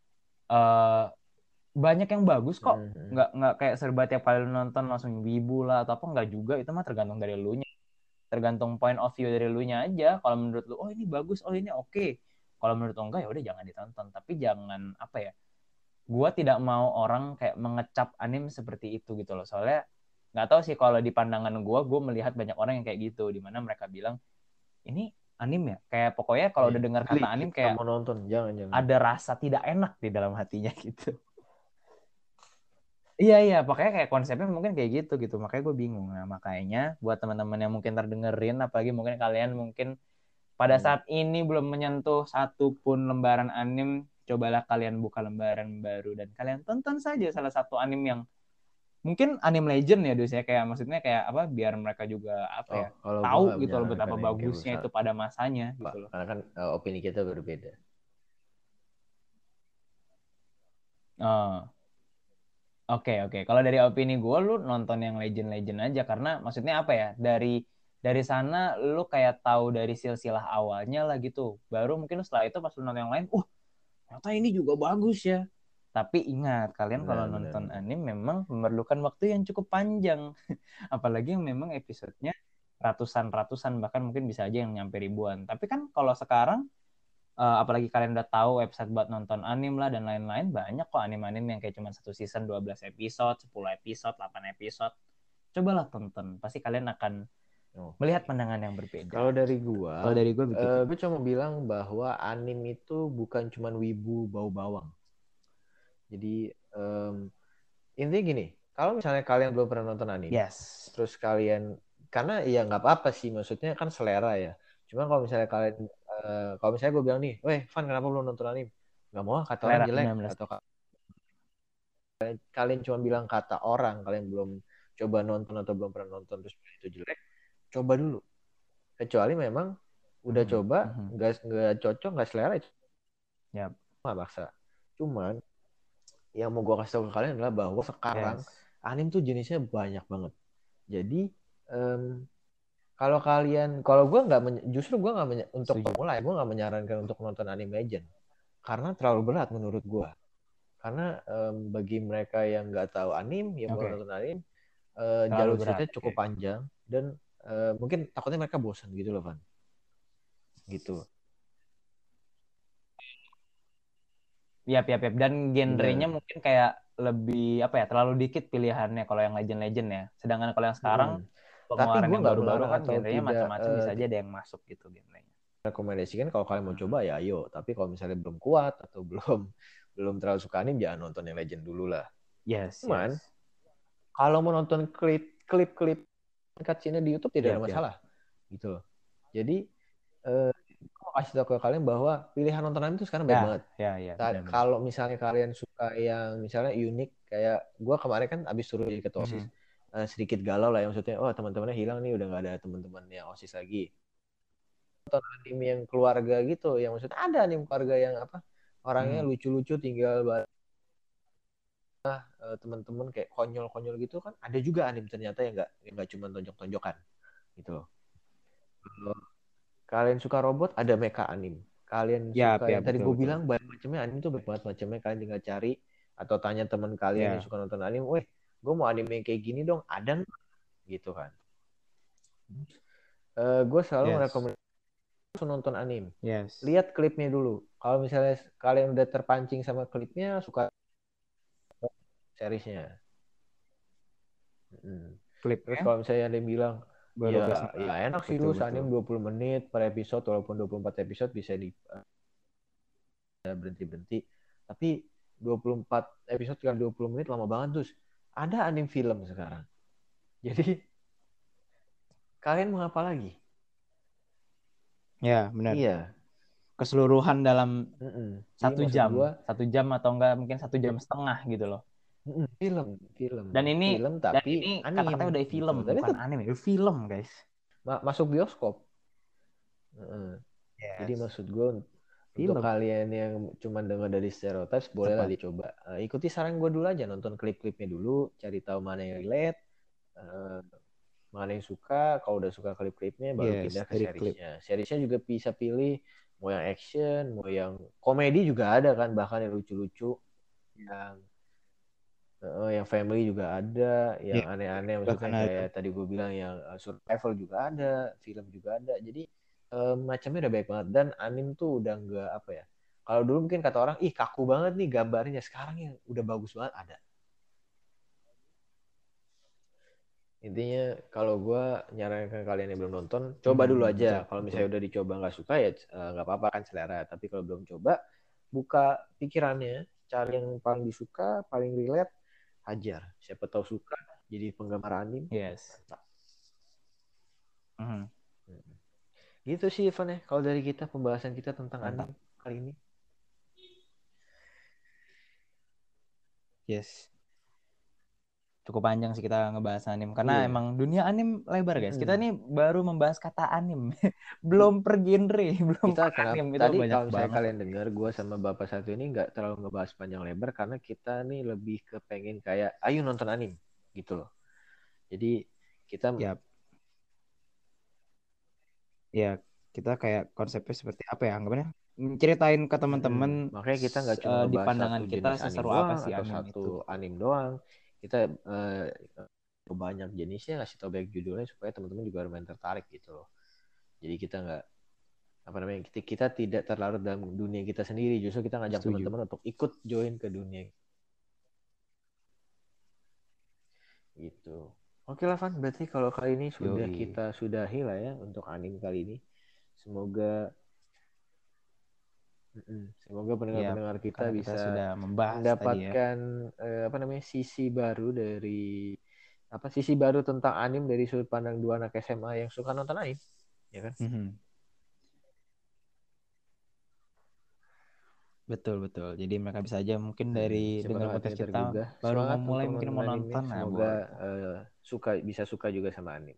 [SPEAKER 3] banyak yang bagus kok, nggak kayak serba tiap kali lu nonton langsung wibu lah atau apa, nggak juga, itu mah tergantung dari lu nya, tergantung point of view dari lu nya aja. Kalau menurut lu oh ini bagus, oh ini oke, Kalau menurut lo enggak ya udah jangan ditonton. Tapi jangan apa ya? Gua tidak mau orang kayak mengecap anime seperti itu gitu loh. Soalnya nggak tahu sih kalau di pandangan gue melihat banyak orang yang kayak gitu, di mana mereka bilang ini anime ya. Kayak pokoknya kalau udah dengar kata anime
[SPEAKER 2] kita
[SPEAKER 3] kayak
[SPEAKER 2] mau nonton, jangan.
[SPEAKER 3] ada rasa tidak enak di dalam hatinya gitu. Iya, makanya kayak konsepnya mungkin kayak gitu. Makanya gue bingung. Nah, makanya buat teman-teman yang mungkin terdengerin, apalagi mungkin kalian mungkin pada saat ini belum menyentuh satu pun lembaran anime, cobalah kalian buka lembaran baru dan kalian tonton saja salah satu anime yang mungkin anime legend ya dosanya, kayak maksudnya kayak apa, biar mereka juga apa ya
[SPEAKER 2] Kalau gue
[SPEAKER 3] tahu
[SPEAKER 2] nggak
[SPEAKER 3] gitu loh
[SPEAKER 2] menyarankan
[SPEAKER 3] betapa
[SPEAKER 2] yang kayak
[SPEAKER 3] bagusnya itu pada masanya gitu loh.
[SPEAKER 2] karena kan opini kita berbeda.
[SPEAKER 3] Oh. Oke. Kalau dari opini gue, lu nonton yang legend-legend aja karena maksudnya apa ya? Dari sana lu kayak tahu dari silsilah awalnya lah gitu. Baru mungkin setelah itu pas lu nonton yang lain, ternyata ini juga bagus ya. Tapi ingat, kalian kalau nonton
[SPEAKER 2] Benar.
[SPEAKER 3] anime memang memerlukan waktu yang cukup panjang. Apalagi yang memang episodenya ratusan bahkan mungkin bisa aja yang nyampe ribuan. Tapi kan kalau sekarang apalagi kalian udah tahu website buat nonton anime lah dan lain-lain, banyak kok anime-anime yang kayak cuma satu season 12 episode, 10 episode, 8 episode. Cobalah tonton, pasti kalian akan melihat pandangan yang berbeda.
[SPEAKER 2] Kalau dari gua
[SPEAKER 3] begitu.
[SPEAKER 2] gue cuma bilang bahwa anime itu bukan cuma wibu bau bawang. Jadi intinya gini, kalau misalnya kalian belum pernah nonton anime,
[SPEAKER 3] Yes.
[SPEAKER 2] terus kalian, karena ya nggak apa-apa sih, maksudnya kan selera ya. Cuma kalau misalnya kalian, kalau misalnya gue bilang nih, weh Van kenapa belum nonton anime? Nggak mau, kata orang
[SPEAKER 3] Selera,
[SPEAKER 2] jelek.
[SPEAKER 3] 19.
[SPEAKER 2] Atau kalian cuma bilang kata orang, kalian belum coba nonton atau belum pernah nonton terus itu jelek, coba dulu. Kecuali memang udah coba, nggak cocok, nggak selera, itu nggak paksa. Cuman yang mau gue kasih tahu ke kalian adalah bahwa sekarang anime tuh jenisnya banyak banget. Jadi kalau gue nggak, justru gue nggak untuk pemula, gue nggak menyarankan untuk nonton anime legend karena terlalu berat menurut gue. Karena bagi mereka yang nggak tahu anime, yang baru nonton anime, jalur ceritanya cukup panjang dan mungkin takutnya mereka bosan gitu loh, Van. Gitu.
[SPEAKER 3] Yap. Dan genrenya mungkin kayak lebih apa ya, terlalu dikit pilihannya kalau yang legend ya. Sedangkan kalau yang sekarang pengeluaran yang baru-baru kan genrenya macam-macam, bisa aja ada yang masuk gitu genrenya.
[SPEAKER 2] Rekomendasikan kalau kalian mau coba ya ayo, tapi kalau misalnya belum kuat atau belum terlalu suka anime, jangan nonton yang legend dulu lah. Cuman kalau mau nonton klip cutscene di YouTube tidak ada masalah. Gitu loh. Jadi aku kasih tahu ke kalian bahwa pilihan nonton anime itu sekarang banyak banget. Kalau misalnya kalian suka yang misalnya unik, kayak gue kemarin kan abis suruh jadi ketua OSIS, sedikit galau lah ya, maksudnya teman-temannya hilang nih, udah nggak ada teman-temannya OSIS lagi. Nonton anime yang keluarga gitu, yang maksudnya ada anime keluarga yang apa, orangnya lucu-lucu, tinggal teman-teman kayak konyol-konyol gitu kan, ada juga anime ternyata yang nggak cuma tonjok-tonjokan gitu loh. Kalian suka robot, ada mecha anime. Kalian suka yang tadi gue bilang banyak macamnya, anime tuh banyak banget macamnya. Kalian tinggal cari atau tanya teman kalian yang suka nonton anime, weh gue mau anime yang kayak gini dong, ada nggak? Gitu kan. Gue selalu merekomendasikan nonton anime. Lihat klipnya dulu. Kalau misalnya kalian udah terpancing sama klipnya, suka seriesnya. Terus kalau misalnya ada yang bilang, ya enak sih lu anime 20 menit per episode, walaupun 24 episode bisa berhenti. Tapi 24 episode kali 20 menit lama banget, terus ada anime film sekarang. Jadi kalian mau apa lagi?
[SPEAKER 3] Ya, benar.
[SPEAKER 2] Iya.
[SPEAKER 3] Keseluruhan dalam 1 jam.
[SPEAKER 2] Gua,
[SPEAKER 3] 1 jam atau enggak mungkin 1 jam setengah gitu loh.
[SPEAKER 2] Film.
[SPEAKER 3] Dan ini
[SPEAKER 2] anime.
[SPEAKER 3] Kata-katanya udah film, gitu. Bukan anime, itu film, guys.
[SPEAKER 2] Masuk bioskop. Jadi maksud gue, untuk kalian yang cuma dengar dari stereotypes, bolehlah dicoba. Ikuti saran gue dulu aja, nonton klip-klipnya dulu, cari tahu mana yang relate, mana yang suka. Kalau udah suka klip-klipnya, baru pindah ke seriesnya. Seriesnya juga bisa pilih mau yang action, mau yang komedi juga ada kan, bahkan yang lucu-lucu, yang family juga ada, yang aneh-aneh, maksudnya kayak tadi gue bilang yang survival juga ada, film juga ada. Jadi macamnya udah banyak banget dan anime tuh udah nggak apa ya. Kalau dulu mungkin kata orang, ih kaku banget nih gambarnya. Sekarang yang udah bagus banget ada. Intinya kalau gue nyaranin ke kalian yang belum nonton, coba dulu aja.
[SPEAKER 3] Betul,
[SPEAKER 2] Kalau
[SPEAKER 3] betul.
[SPEAKER 2] misalnya udah dicoba nggak suka ya nggak apa-apa kan selera. Tapi kalau belum coba, buka pikirannya, cari yang paling disuka, paling relate, hajar. Siapa tahu suka, jadi penggemar anime.
[SPEAKER 3] Yes.
[SPEAKER 2] Mantap.
[SPEAKER 3] Mhm.
[SPEAKER 2] Gitu sih Ivan ya. Kalau dari kita pembahasan kita tentang
[SPEAKER 3] Mantap.
[SPEAKER 2] anime kali ini.
[SPEAKER 3] Yes. Cukup panjang sih kita ngebahas anime karena
[SPEAKER 2] Iya.
[SPEAKER 3] emang dunia anime lebar guys. Kita
[SPEAKER 2] Mm-mm.
[SPEAKER 3] nih baru membahas kata anime, belum per genre, belum
[SPEAKER 2] Kita
[SPEAKER 3] per
[SPEAKER 2] kenapa
[SPEAKER 3] anime itu
[SPEAKER 2] tadi
[SPEAKER 3] banyak
[SPEAKER 2] kalau misalnya
[SPEAKER 3] banget.
[SPEAKER 2] kalian dengar gue sama bapak satu ini nggak terlalu ngebahas panjang lebar karena kita nih lebih ke pengen kayak ayo nonton anime gitu loh. Jadi kita
[SPEAKER 3] Ya, ya kita kayak konsepnya seperti apa ya anggapannya? Ceritain ke teman-teman
[SPEAKER 2] makanya kita nggak cuma
[SPEAKER 3] di
[SPEAKER 2] ngebahas satu
[SPEAKER 3] pandangan kita
[SPEAKER 2] jenis anime
[SPEAKER 3] seseru apa
[SPEAKER 2] doang
[SPEAKER 3] sih
[SPEAKER 2] atau
[SPEAKER 3] anime
[SPEAKER 2] satu
[SPEAKER 3] itu.
[SPEAKER 2] anime doang. Kita banyak jenisnya ngasih tau banyak judulnya supaya teman-teman juga lumayan tertarik gitu loh. Jadi kita nggak apa namanya kita tidak terlarut dalam dunia kita sendiri justru kita ngajak
[SPEAKER 3] Setuju.
[SPEAKER 2] teman-teman untuk ikut join ke dunia gitu. Oke lah Van, berarti kalau kali ini sudah
[SPEAKER 3] Yoi.
[SPEAKER 2] kita sudahi lah ya untuk anime kali ini. Semoga semoga
[SPEAKER 3] Ya,
[SPEAKER 2] pendengar-pendengar kita
[SPEAKER 3] karena kita
[SPEAKER 2] bisa
[SPEAKER 3] sudah membahas tadi ya.
[SPEAKER 2] mendapatkan apa namanya sisi baru dari apa sisi baru tentang anime dari sudut pandang dua anak SMA yang suka nonton anime, ya kan?
[SPEAKER 3] Mhm. Betul, betul. Jadi mereka bisa aja mungkin dari
[SPEAKER 2] Siapa
[SPEAKER 3] dengar
[SPEAKER 2] tahu hatinya
[SPEAKER 3] podcast kita
[SPEAKER 2] tergugah.
[SPEAKER 3] baru mau
[SPEAKER 2] Semangat
[SPEAKER 3] mulai
[SPEAKER 2] untuk
[SPEAKER 3] mungkin
[SPEAKER 2] nonton
[SPEAKER 3] mau
[SPEAKER 2] anime.
[SPEAKER 3] nonton. Nah,
[SPEAKER 2] Semoga
[SPEAKER 3] boleh tuh.
[SPEAKER 2] bisa suka juga sama anime.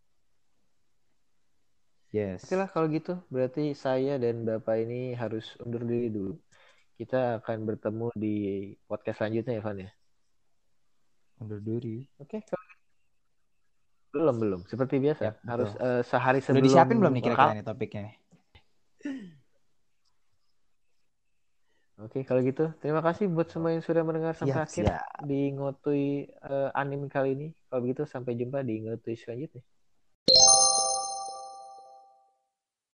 [SPEAKER 2] Oke
[SPEAKER 3] Yes.
[SPEAKER 2] lah kalau gitu, berarti saya dan Bapak ini harus undur diri dulu. Kita akan bertemu di podcast selanjutnya, Evan ya.
[SPEAKER 3] Undur diri.
[SPEAKER 2] Oke, belum. Seperti biasa,
[SPEAKER 3] Yap,
[SPEAKER 2] harus
[SPEAKER 3] betul.
[SPEAKER 2] sehari
[SPEAKER 3] Udah
[SPEAKER 2] sebelum
[SPEAKER 3] disiapin belum nih kira-kira
[SPEAKER 2] rekam.
[SPEAKER 3] nih topiknya nih?
[SPEAKER 2] Oke, kalau gitu, terima kasih buat semua yang sudah mendengar sampai
[SPEAKER 3] Siap,
[SPEAKER 2] akhir
[SPEAKER 3] siap.
[SPEAKER 2] di Ngotui anime kali ini. Kalau begitu, sampai jumpa di Ngotui selanjutnya.